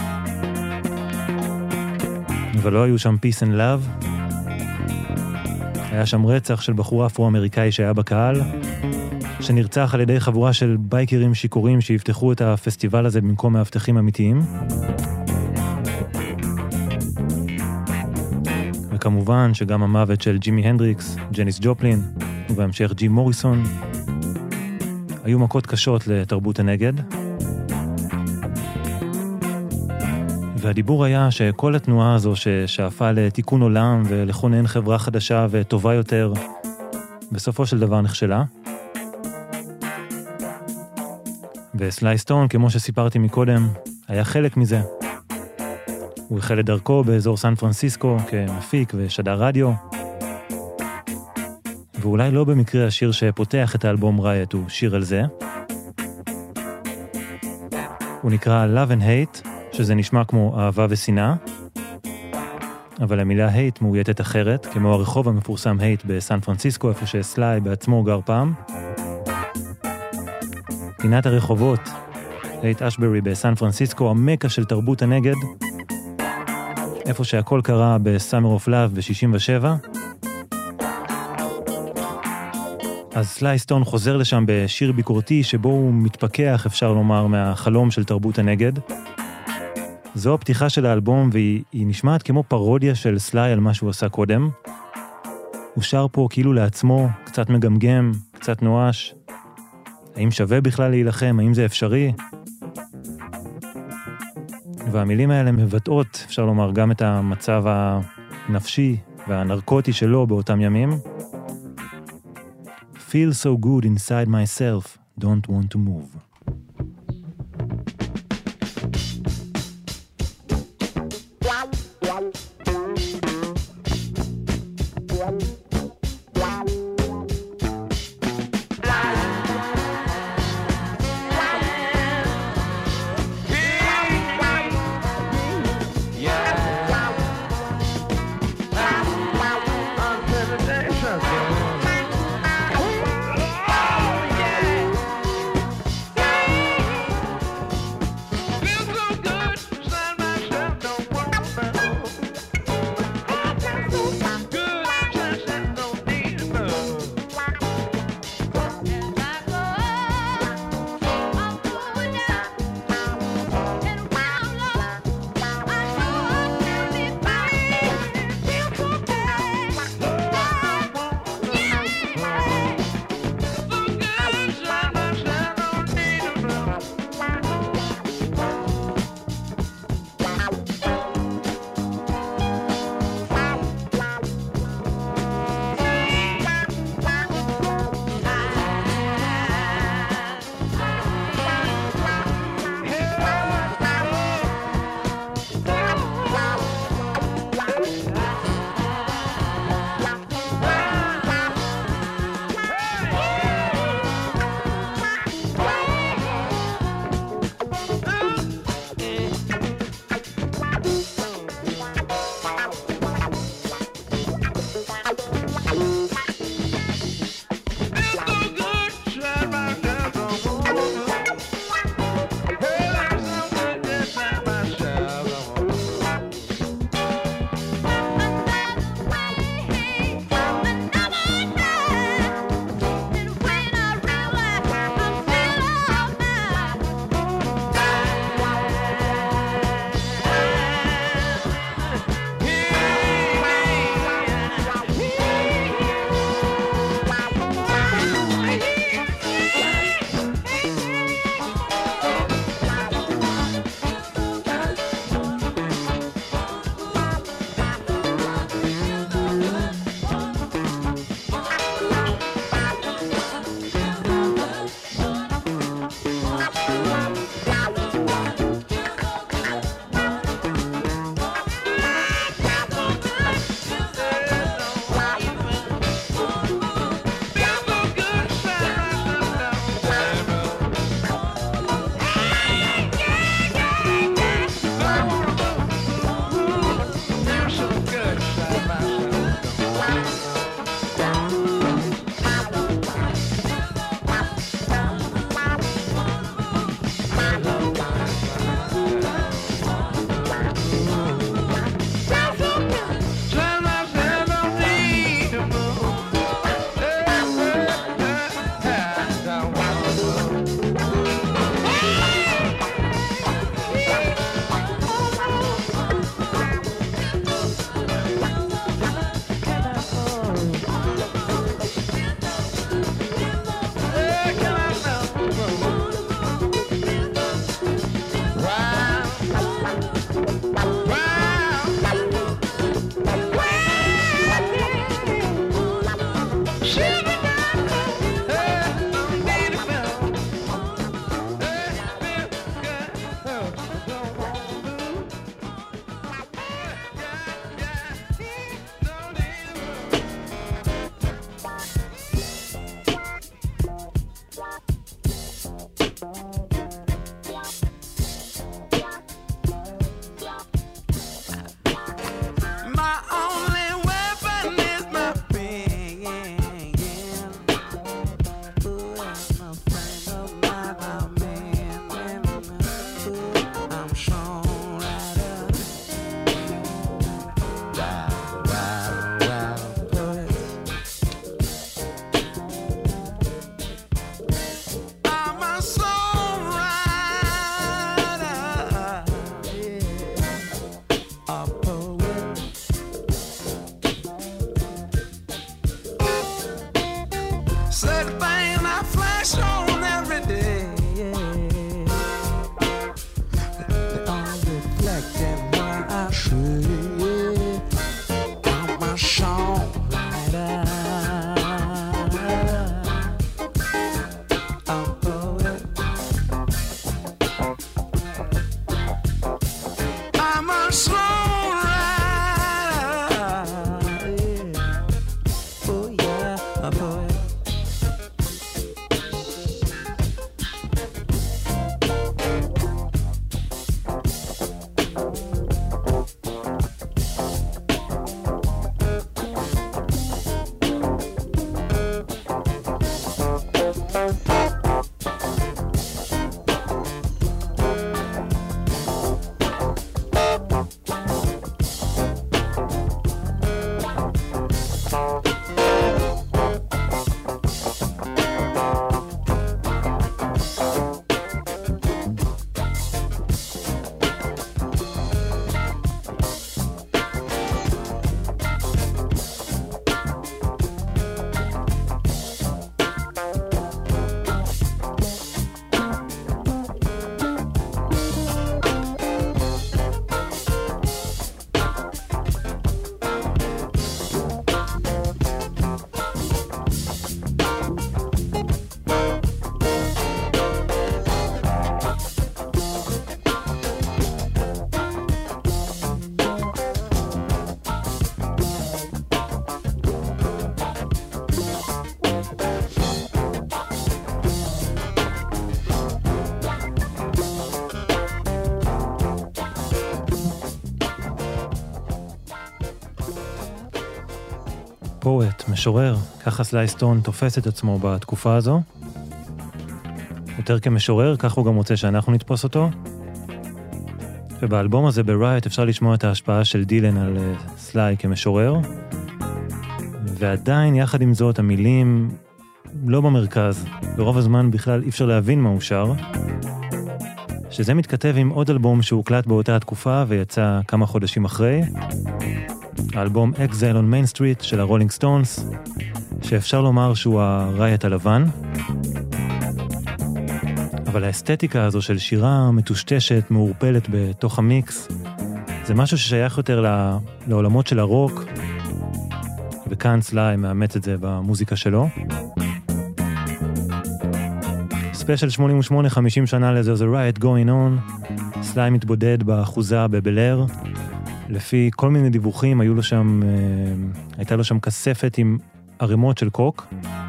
אבל לא היו שם peace and love. היה שם רצח של בחור אפרו-אמריקאי שהיה בקהל, שנרצח על ידי חבורה של בייקרים שיקורים שיפתחו את הפסטיבל הזה במקום מאבטחים אמיתיים. וכמובן שגם המוות של ג'ימי הנדריקס, ג'ניס ג'ופלין, ובהמשך ג'ים מוריסון, היו מכות קשות לתרבות הנגד. והדיבור היה שכל התנועה הזו ששאפה לתיקון עולם ולכונן חברה חדשה וטובה יותר, בסופו של דבר נכשלה. וסליי סטון, כמו שסיפרתי מקודם, היה חלק מזה. הוא החל את דרכו באזור סן פרנסיסקו כמפיק ושדר רדיו. ואולי לא במקרה השיר שפותח את האלבום ריוט הוא שיר על זה. הוא נקרא Love and Hate, שזה נשמע כמו אהבה ושנאה, אבל המילה hate מאויתת אחרת, כמו הרחוב המפורסם hate בסן פרנסיסקו, איפה שסליי בעצמו גר פעם. פינת הרחובות, הייט אשברי בסן פרנסיסקו, המקה של תרבות הנגד, איפה שהכל קרה בסאמר אוף לאב ב-שישים ושבע. אז סליי סטון חוזר לשם בשיר ביקורתי שבו הוא מתפכח, אפשר לומר, מהחלום של תרבות הנגד. זו הפתיחה של האלבום, והיא נשמעת כמו פרודיה של סליי על מה שהוא עשה קודם. הוא שר פה כאילו לעצמו, קצת מגמגם, קצת נואש. האם שווה בכלל להילחם? האם זה אפשרי? והמילים האלה מבטאות, אפשר לומר, גם את המצב הנפשי והנרקוטי שלו באותם ימים. Feel so good inside myself, don't want to move. Yeah. certain things I flash on every day. They all reflect in what I say. I'm a songwriter. I'm a poet. I'm a songwriter. Yeah. Oh yeah, a poet. פואט, משורר, ככה סליי סטון תופס את עצמו בתקופה הזו. יותר כמשורר, כך הוא גם רוצה שאנחנו נתפוס אותו. ובאלבום הזה ברייט אפשר לשמוע את ההשפעה של דילן על uh, סליי כמשורר. ועדיין, יחד עם זאת, המילים לא במרכז. ברוב הזמן בכלל אי אפשר להבין מה הוא שר. שזה מתכתב עם עוד אלבום שהוקלט באותה התקופה ויצא כמה חודשים אחרי. האלבום Exile on Main Street של הרולינג סטונס, שאפשר לומר שהוא הרייט הלבן. אבל האסתטיקה הזו של שירה מטושטשת, מעורפלת בתוך המיקס, זה משהו ששייך יותר לעולמות של הרוק, וכאן סליי מאמץ את זה במוזיקה שלו. ספיישל שמונים ושמונה, חמישים שנה לזה, זה Riot Going On. סליי מתבודד באחוזה בבלר. לפי כל מיני דיווחים, היו לו שם, הייתה לו שם כספת עם ערימות של קוק.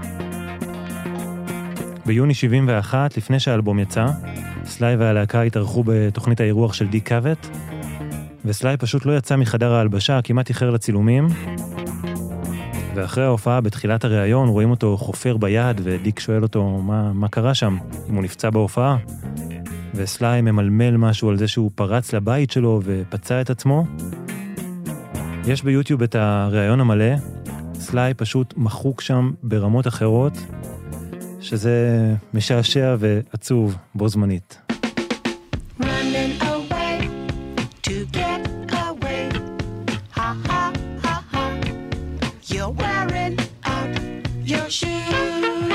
ביוני שבעים ואחת, לפני שהאלבום יצא, סליי והלהקה התארחו בתוכנית האירוח של דיק קאבט, וסליי פשוט לא יצא מחדר ההלבשה, כמעט איחר לצילומים, ואחרי ההופעה, בתחילת הראיון, רואים אותו חופר ביד, ודיק שואל אותו מה, מה קרה שם, אם הוא נפצע בהופעה, וסליי ממלמל משהו על זה שהוא פרץ לבית שלו ופצע את עצמו. יש ביוטיוב את הראיון המלא, סליי פשוט מחוק שם ברמות אחרות, שזה משעשע ועצוב בו זמנית. Running away to get away. Ha ha ha ha. You're wearing out your shoes.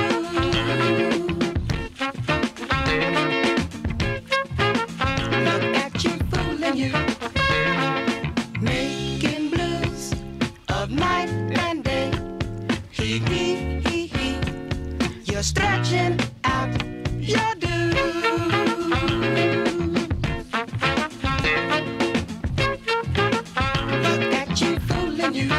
Look at you fooling you. Making blues of night and day. He he he he. You're stretching out your dues. Look at you fooling you.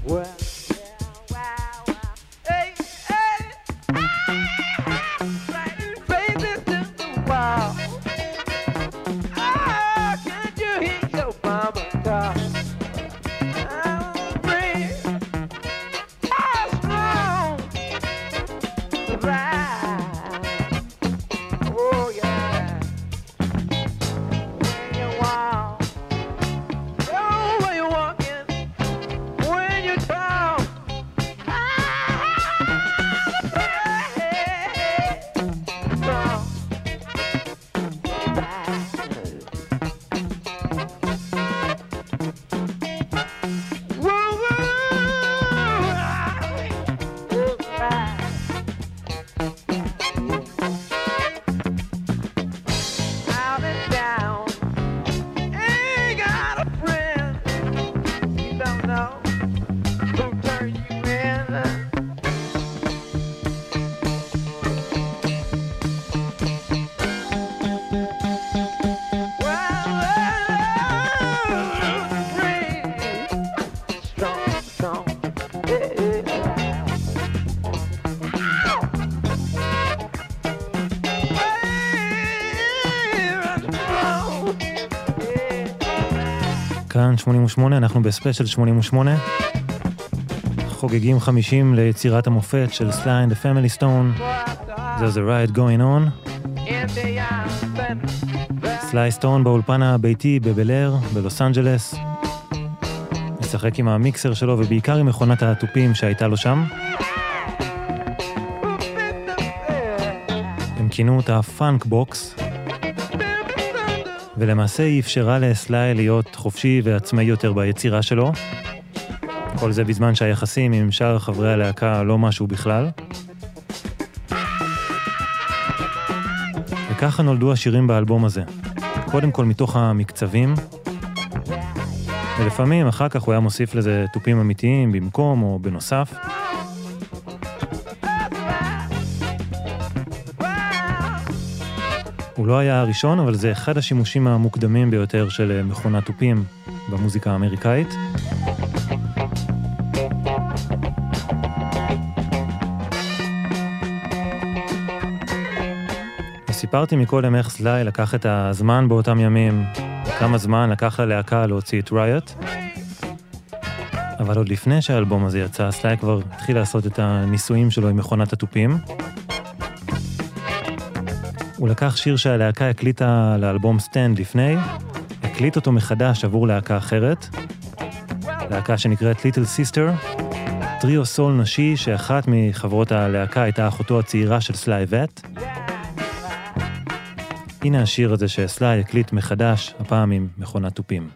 כאן שמונים ושמונה, אנחנו בספיישל שמונים ושמונה. חוגגים חמישים ליצירת המופת של Sly and the Family Stone. There's a riot going on. סליי סטון באולפן הביתי בבל-אר, בלוס אנג'לס. משחק עם המיקסר שלו ובעיקר עם מכונת התופים שהייתה לו שם. הם כינו אותה פאנק בוקס. ולמעשה היא אפשרה לסליי להיות חופשי ועצמאי יותר ביצירה שלו. כל זה בזמן שהיחסים עם שאר חברי הלהקה לא משהו בכלל. וככה נולדו השירים באלבום הזה. קודם כל מתוך המקצבים, ולפעמים אחר כך הוא היה מוסיף לזה טופים אמיתיים במקום או בנוסף. הוא לא היה הראשון, אבל זה אחד השימושים המוקדמים ביותר של מכונת טופים במוזיקה האמריקאית. סיפרתי מקודם איך סליי לקח את הזמן באותם ימים, כמה זמן לקח ללהקה להוציא את ריוט. אבל עוד לפני שהאלבום הזה יצא, סליי כבר התחיל לעשות את הניסויים שלו עם מכונת הטופים. הוא לקח שיר שהלהקה הקליטה לאלבום סטנד לפני, הקליט אותו מחדש עבור להקה אחרת, להקה שנקראת ליטל סיסטר, טריו סול נשי שאחת מחברות הלהקה הייתה אחותו הצעירה של סליי וט. הנה השיר הזה שסליי הקליט מחדש, הפעם עם מכונת טופים.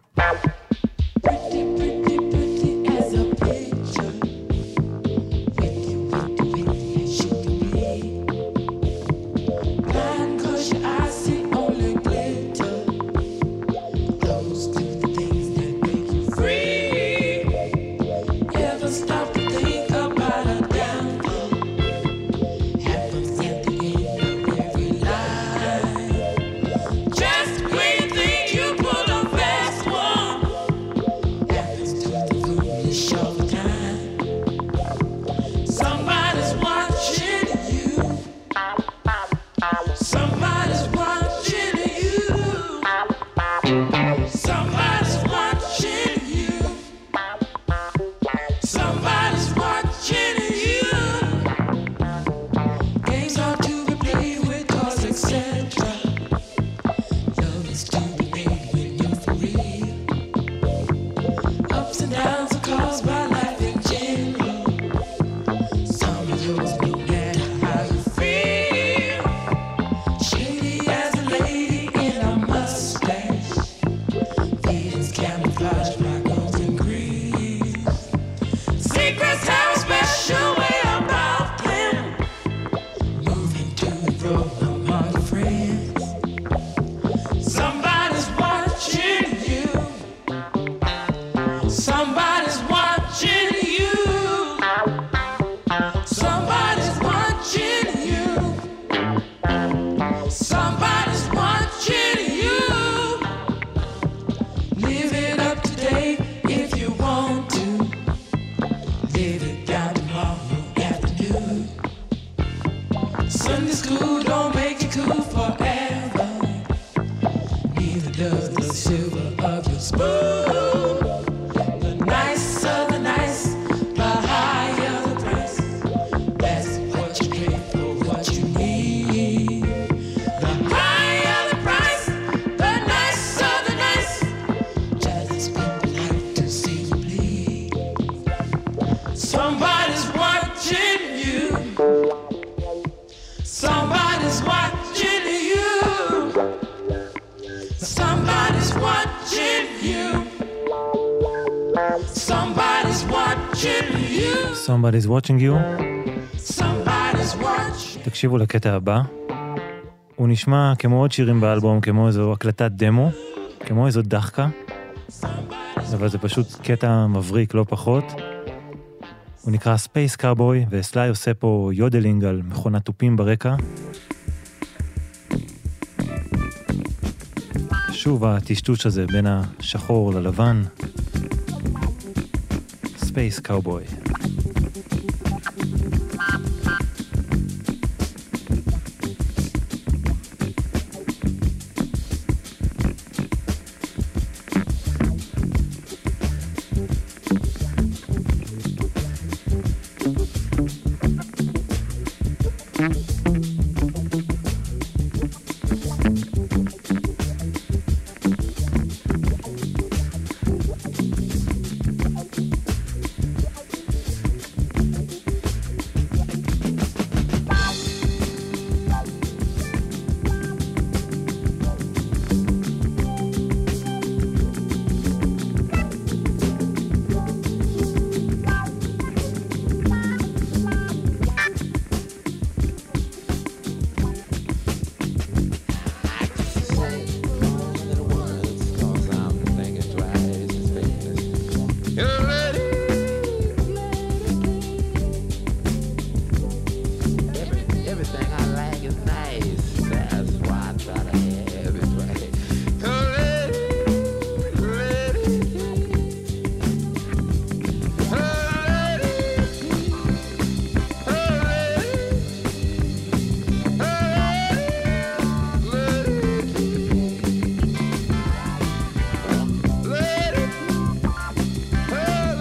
Somebody's watching you. Somebody's watching you. Somebody's watching. תקשיבו לקטע הבא. הוא נשמע כמו עוד שירים באלבום, כמו איזו הקלטת דמו, כמו איזו דחקה, אבל זה פשוט קטע מבריק, לא פחות. הוא נקרא Space Cowboy, וסליי עושה פה יודלינג על מכונת תופים ברקע. שוב הטשטוש הזה בין השחור ללבן. Space Cowboy. Hey!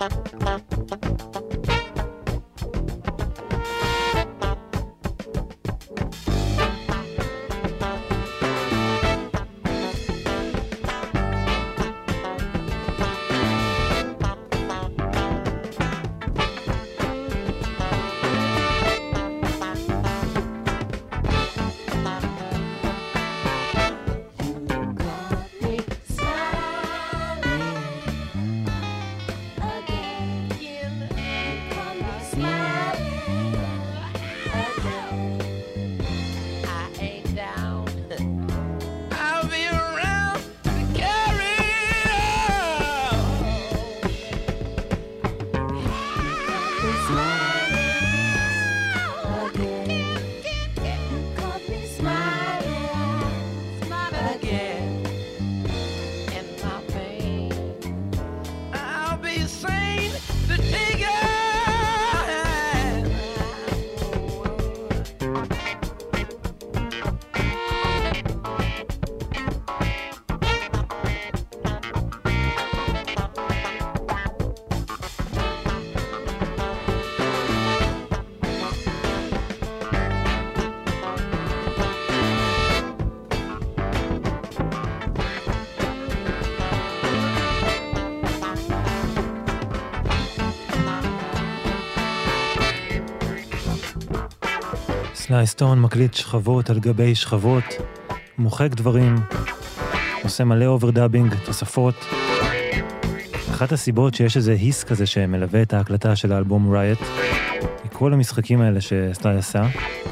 סליי סטון מקליט שכבות על גבי שכבות, מוחק דברים, עושה מלא אוברדאבינג, תוספות. אחת הסיבות שיש איזה היס כזה שמלווה את ההקלטה של האלבום ריוט, היא כל המשחקים האלה שסליי עשה.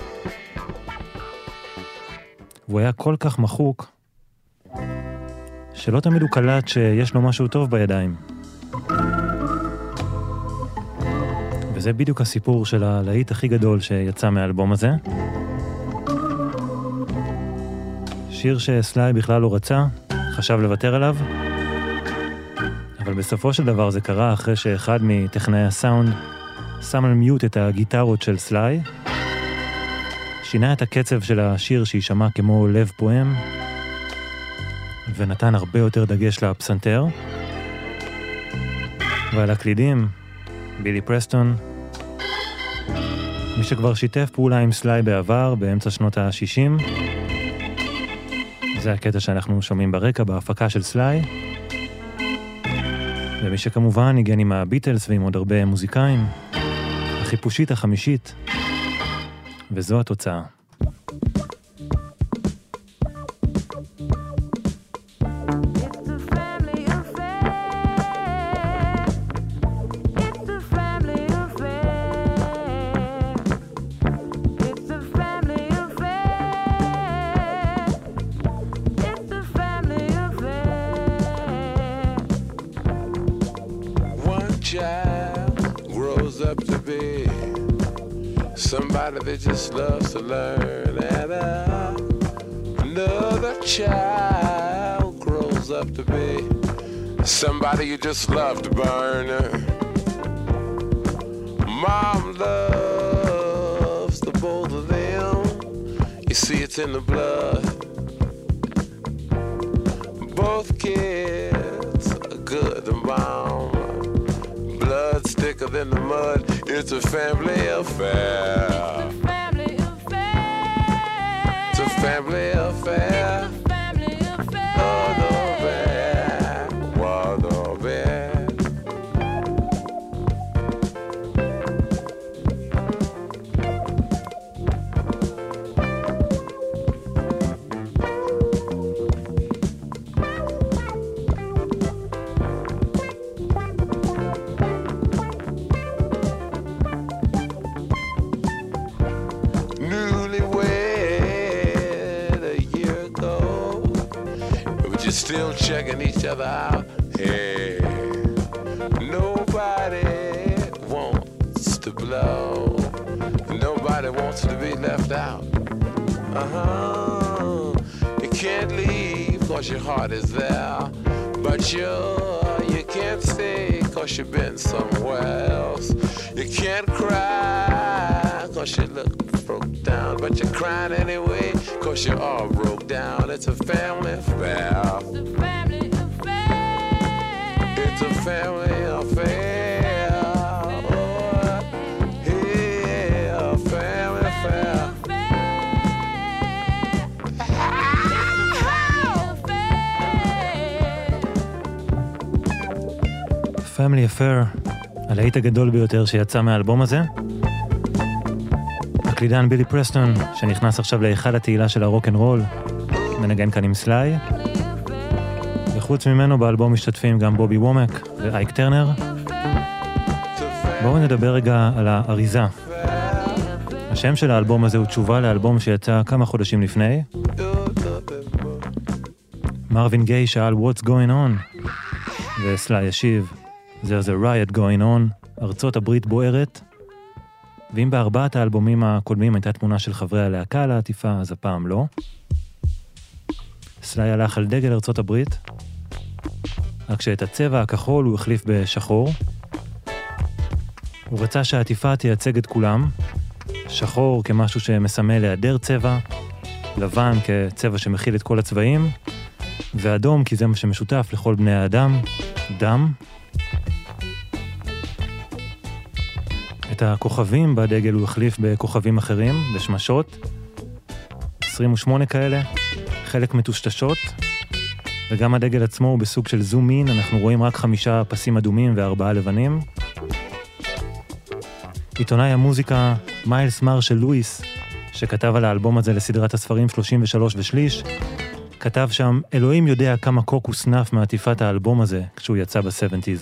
והוא היה כל כך מחוק, שלא תמיד הוא קלט שיש לו משהו טוב בידיים. וזה בדיוק הסיפור של הלהיט הכי גדול שיצא מהאלבום הזה. שיר שסליי בכלל לא רצה, חשב לוותר עליו, אבל בסופו של דבר זה קרה אחרי שאחד מטכנאי הסאונד שם על מיוט את הגיטרות של סליי, שינה את הקצב של השיר שישמע כמו לב פועם, ונתן הרבה יותר דגש לפסנתר. ועל הקלידים, בילי פרסטון, מי שכבר שיתף פעולה עם סליי בעבר, באמצע שנות ה-שישים. זה הקטע שאנחנו שומעים ברקע, בהפקה של סליי. ומי שכמובן ניגן עם הביטלס ועם עוד הרבה מוזיקאים. החיפושית החמישית. וזו התוצאה. Somebody that just loves to learn, and uh, another child grows up to be somebody you just love to burn. Mom loves the both of them. You see, it's in the blood. Both kids are good to mom. Blood thicker than the mud. It's a family affair. It's a family affair. It's a family affair. It's a family affair. Oh, no bad. Well, no bad. Still checking each other out. Hey, nobody wants to blow. Nobody wants to be left out. Uh-huh. You can't leave cause your heart is there. But you, you can't stay cause you've been somewhere else. You can't cry cause you look broke down. But you're crying anyway cause you all broke down. It's a family affair. It's a family affair. It's a family affair. Family Affair, הלהיט הגדול ביותר שיצא מהאלבום הזה. הקלידן בילי פרסטון, שנכנס עכשיו להיכל התהילה של הרוק אנד רול, מנגן כאן עם סליי. וחוץ ממנו באלבום משתתפים גם בובי וומק ואייק טרנר. בואו נדבר רגע על האריזה. השם של האלבום הזה הוא תשובה לאלבום שיצא כמה חודשים לפני. מרווין גיי שאל What's going on? וסליי ישיב There's a riot going on, ארצות הברית בוערת. ואם בארבעת האלבומים הקודמים הייתה תמונה של חברי הלהקה על העטיפה, אז הפעם לא. סליי הלך על דגל ארצות הברית, רק שאת הצבע הכחול הוא החליף בשחור. הוא רצה שהעטיפה תייצג את כולם, שחור כמשהו שמסמל להיעדר צבע, לבן כצבע שמכיל את כל הצבעים, ואדום כי זה מה שמשותף לכל בני האדם, דם. את הכוכבים בדגל הוא החליף בכוכבים אחרים, בשמשות, עשרים ושמונה כאלה, חלק מטושטשות, וגם הדגל עצמו הוא בסוג של זום אין, אנחנו רואים רק חמישה פסים אדומים וארבעה לבנים. עיתונאי המוזיקה מיילס מרשל לואיס, שכתב על האלבום הזה לסדרת הספרים שלושים ושלוש ושליש, כתב שם, אלוהים יודע כמה קוק הוא סנף מעטיפת האלבום הזה כשהוא יצא ב-שבעים.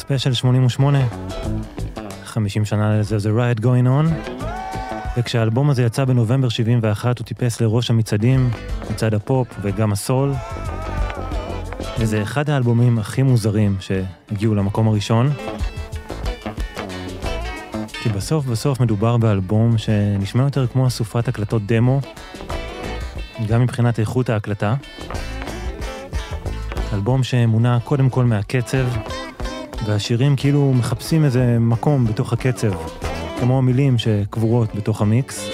ספיישל שמונים ושמונה, חמישים שנה לזה, זה Riot Going On, וכשהאלבום הזה יצא בנובמבר שבעים ואחת, הוא טיפס לראש המצעדים, מצעד הפופ וגם הסול, וזה אחד האלבומים הכי מוזרים שהגיעו למקום הראשון, כי בסוף בסוף מדובר באלבום שנשמע יותר כמו אסופת הקלטות דמו, גם מבחינת איכות ההקלטה, אלבום שמונע קודם כל מהקצב, והשירים כאילו מחפשים איזה מקום בתוך הקצב, כמו המילים שקבורות בתוך המיקס.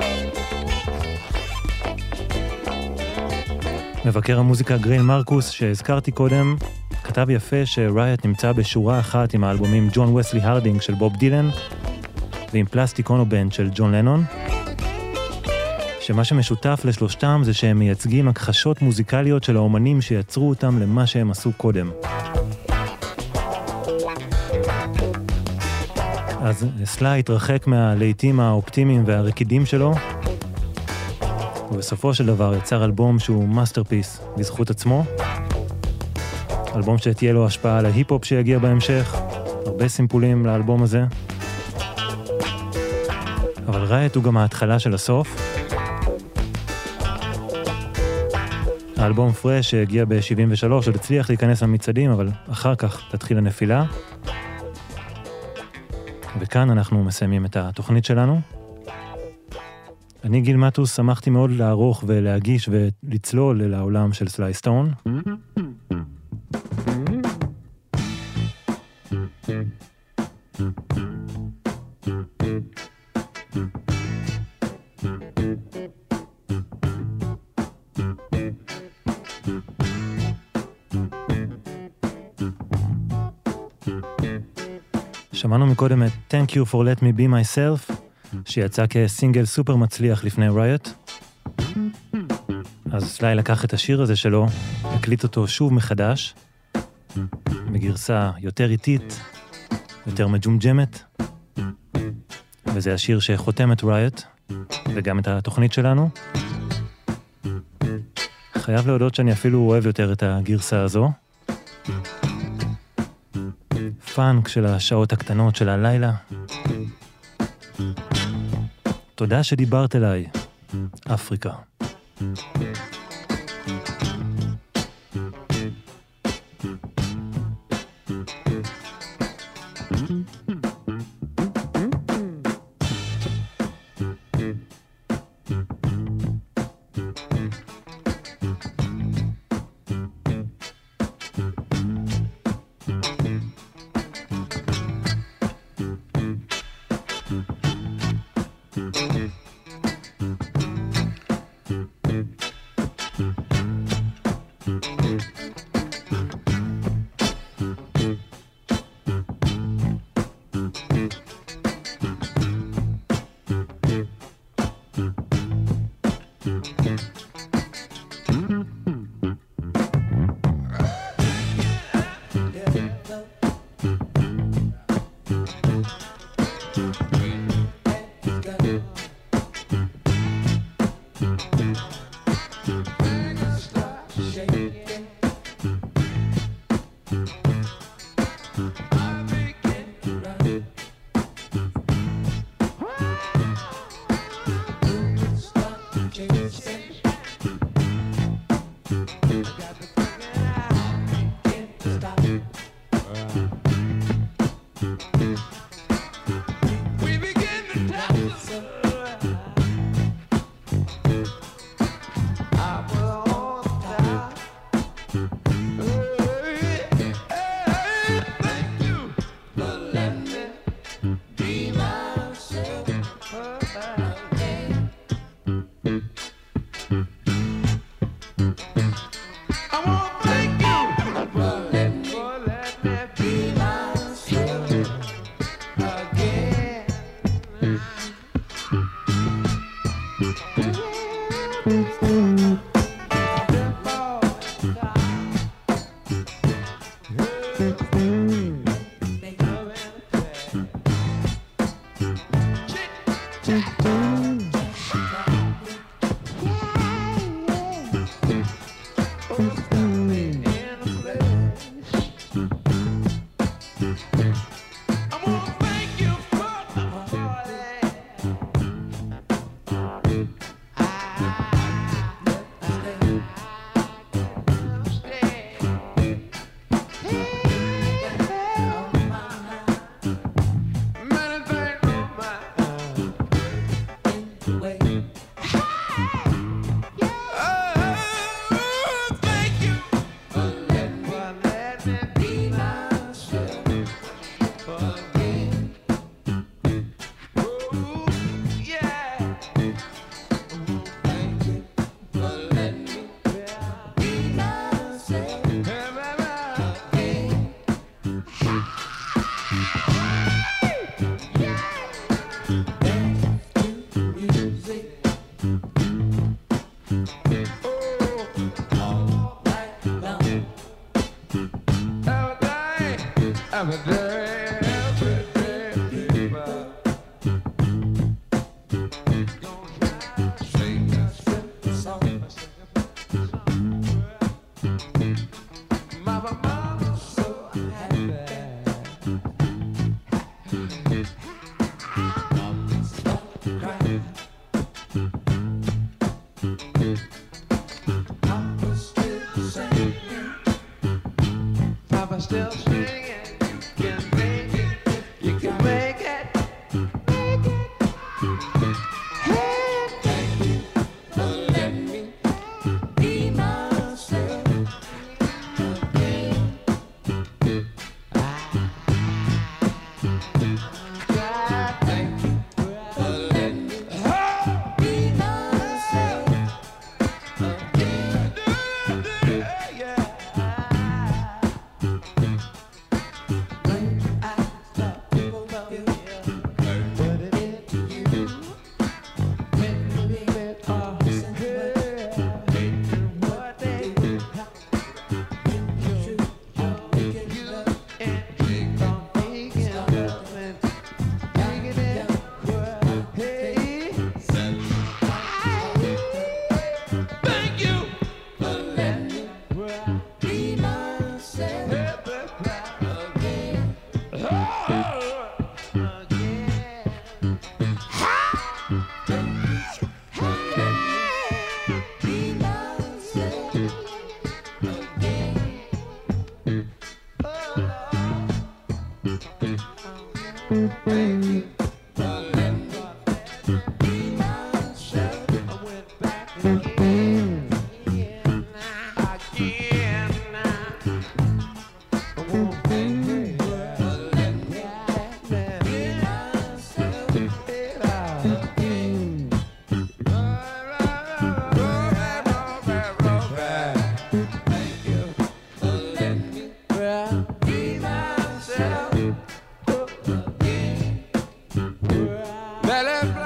מבקר המוזיקה גרייל מרקוס, שהזכרתי קודם, כתב יפה שריוט נמצא בשורה אחת עם האלבומים ג'ון וסלי הרדינג של בוב דילן, ועם פלסטיק אונו בנד של ג'ון לנון, שמה שמשותף לשלושתם זה שהם מייצגים הכחשות מוזיקליות של האומנים שיצרו אותם למה שהם עשו קודם. אז סליי התרחק מהלהיטים האופטימיים והרקידים שלו, ובסופו של דבר יצר אלבום שהוא מאסטרפיס בזכות עצמו, אלבום שתהיה לו השפעה על ההיפ-הופ שיגיע בהמשך, הרבה סימפולים לאלבום הזה, אבל ריוט הוא גם ההתחלה של הסוף. האלבום פרש שהגיע ב-שבעים ושלוש עוד הצליח להיכנס למצעדים, אבל אחר כך תתחיל הנפילה. וכאן אנחנו מסיימים את התוכנית שלנו. אני גיל מטוס, שמחתי מאוד לערוך ולהגיש ולצלול לעולם של סליי סטון. שמענו מקודם את Thank You for Let Me Be Myself, שיצא כסינגל סופר מצליח לפני ריוט. אז סליי לקח את השיר הזה שלו, הקליט אותו שוב מחדש, בגרסה יותר איטית, יותר מג'ומג'מת, וזה השיר שחותם את ריוט, וגם את התוכנית שלנו. חייב להודות שאני אפילו אוהב יותר את הגרסה הזו. פאנק של השעות הקטנות של הלילה. תודה שדיברת אליי, אפריקה. Well,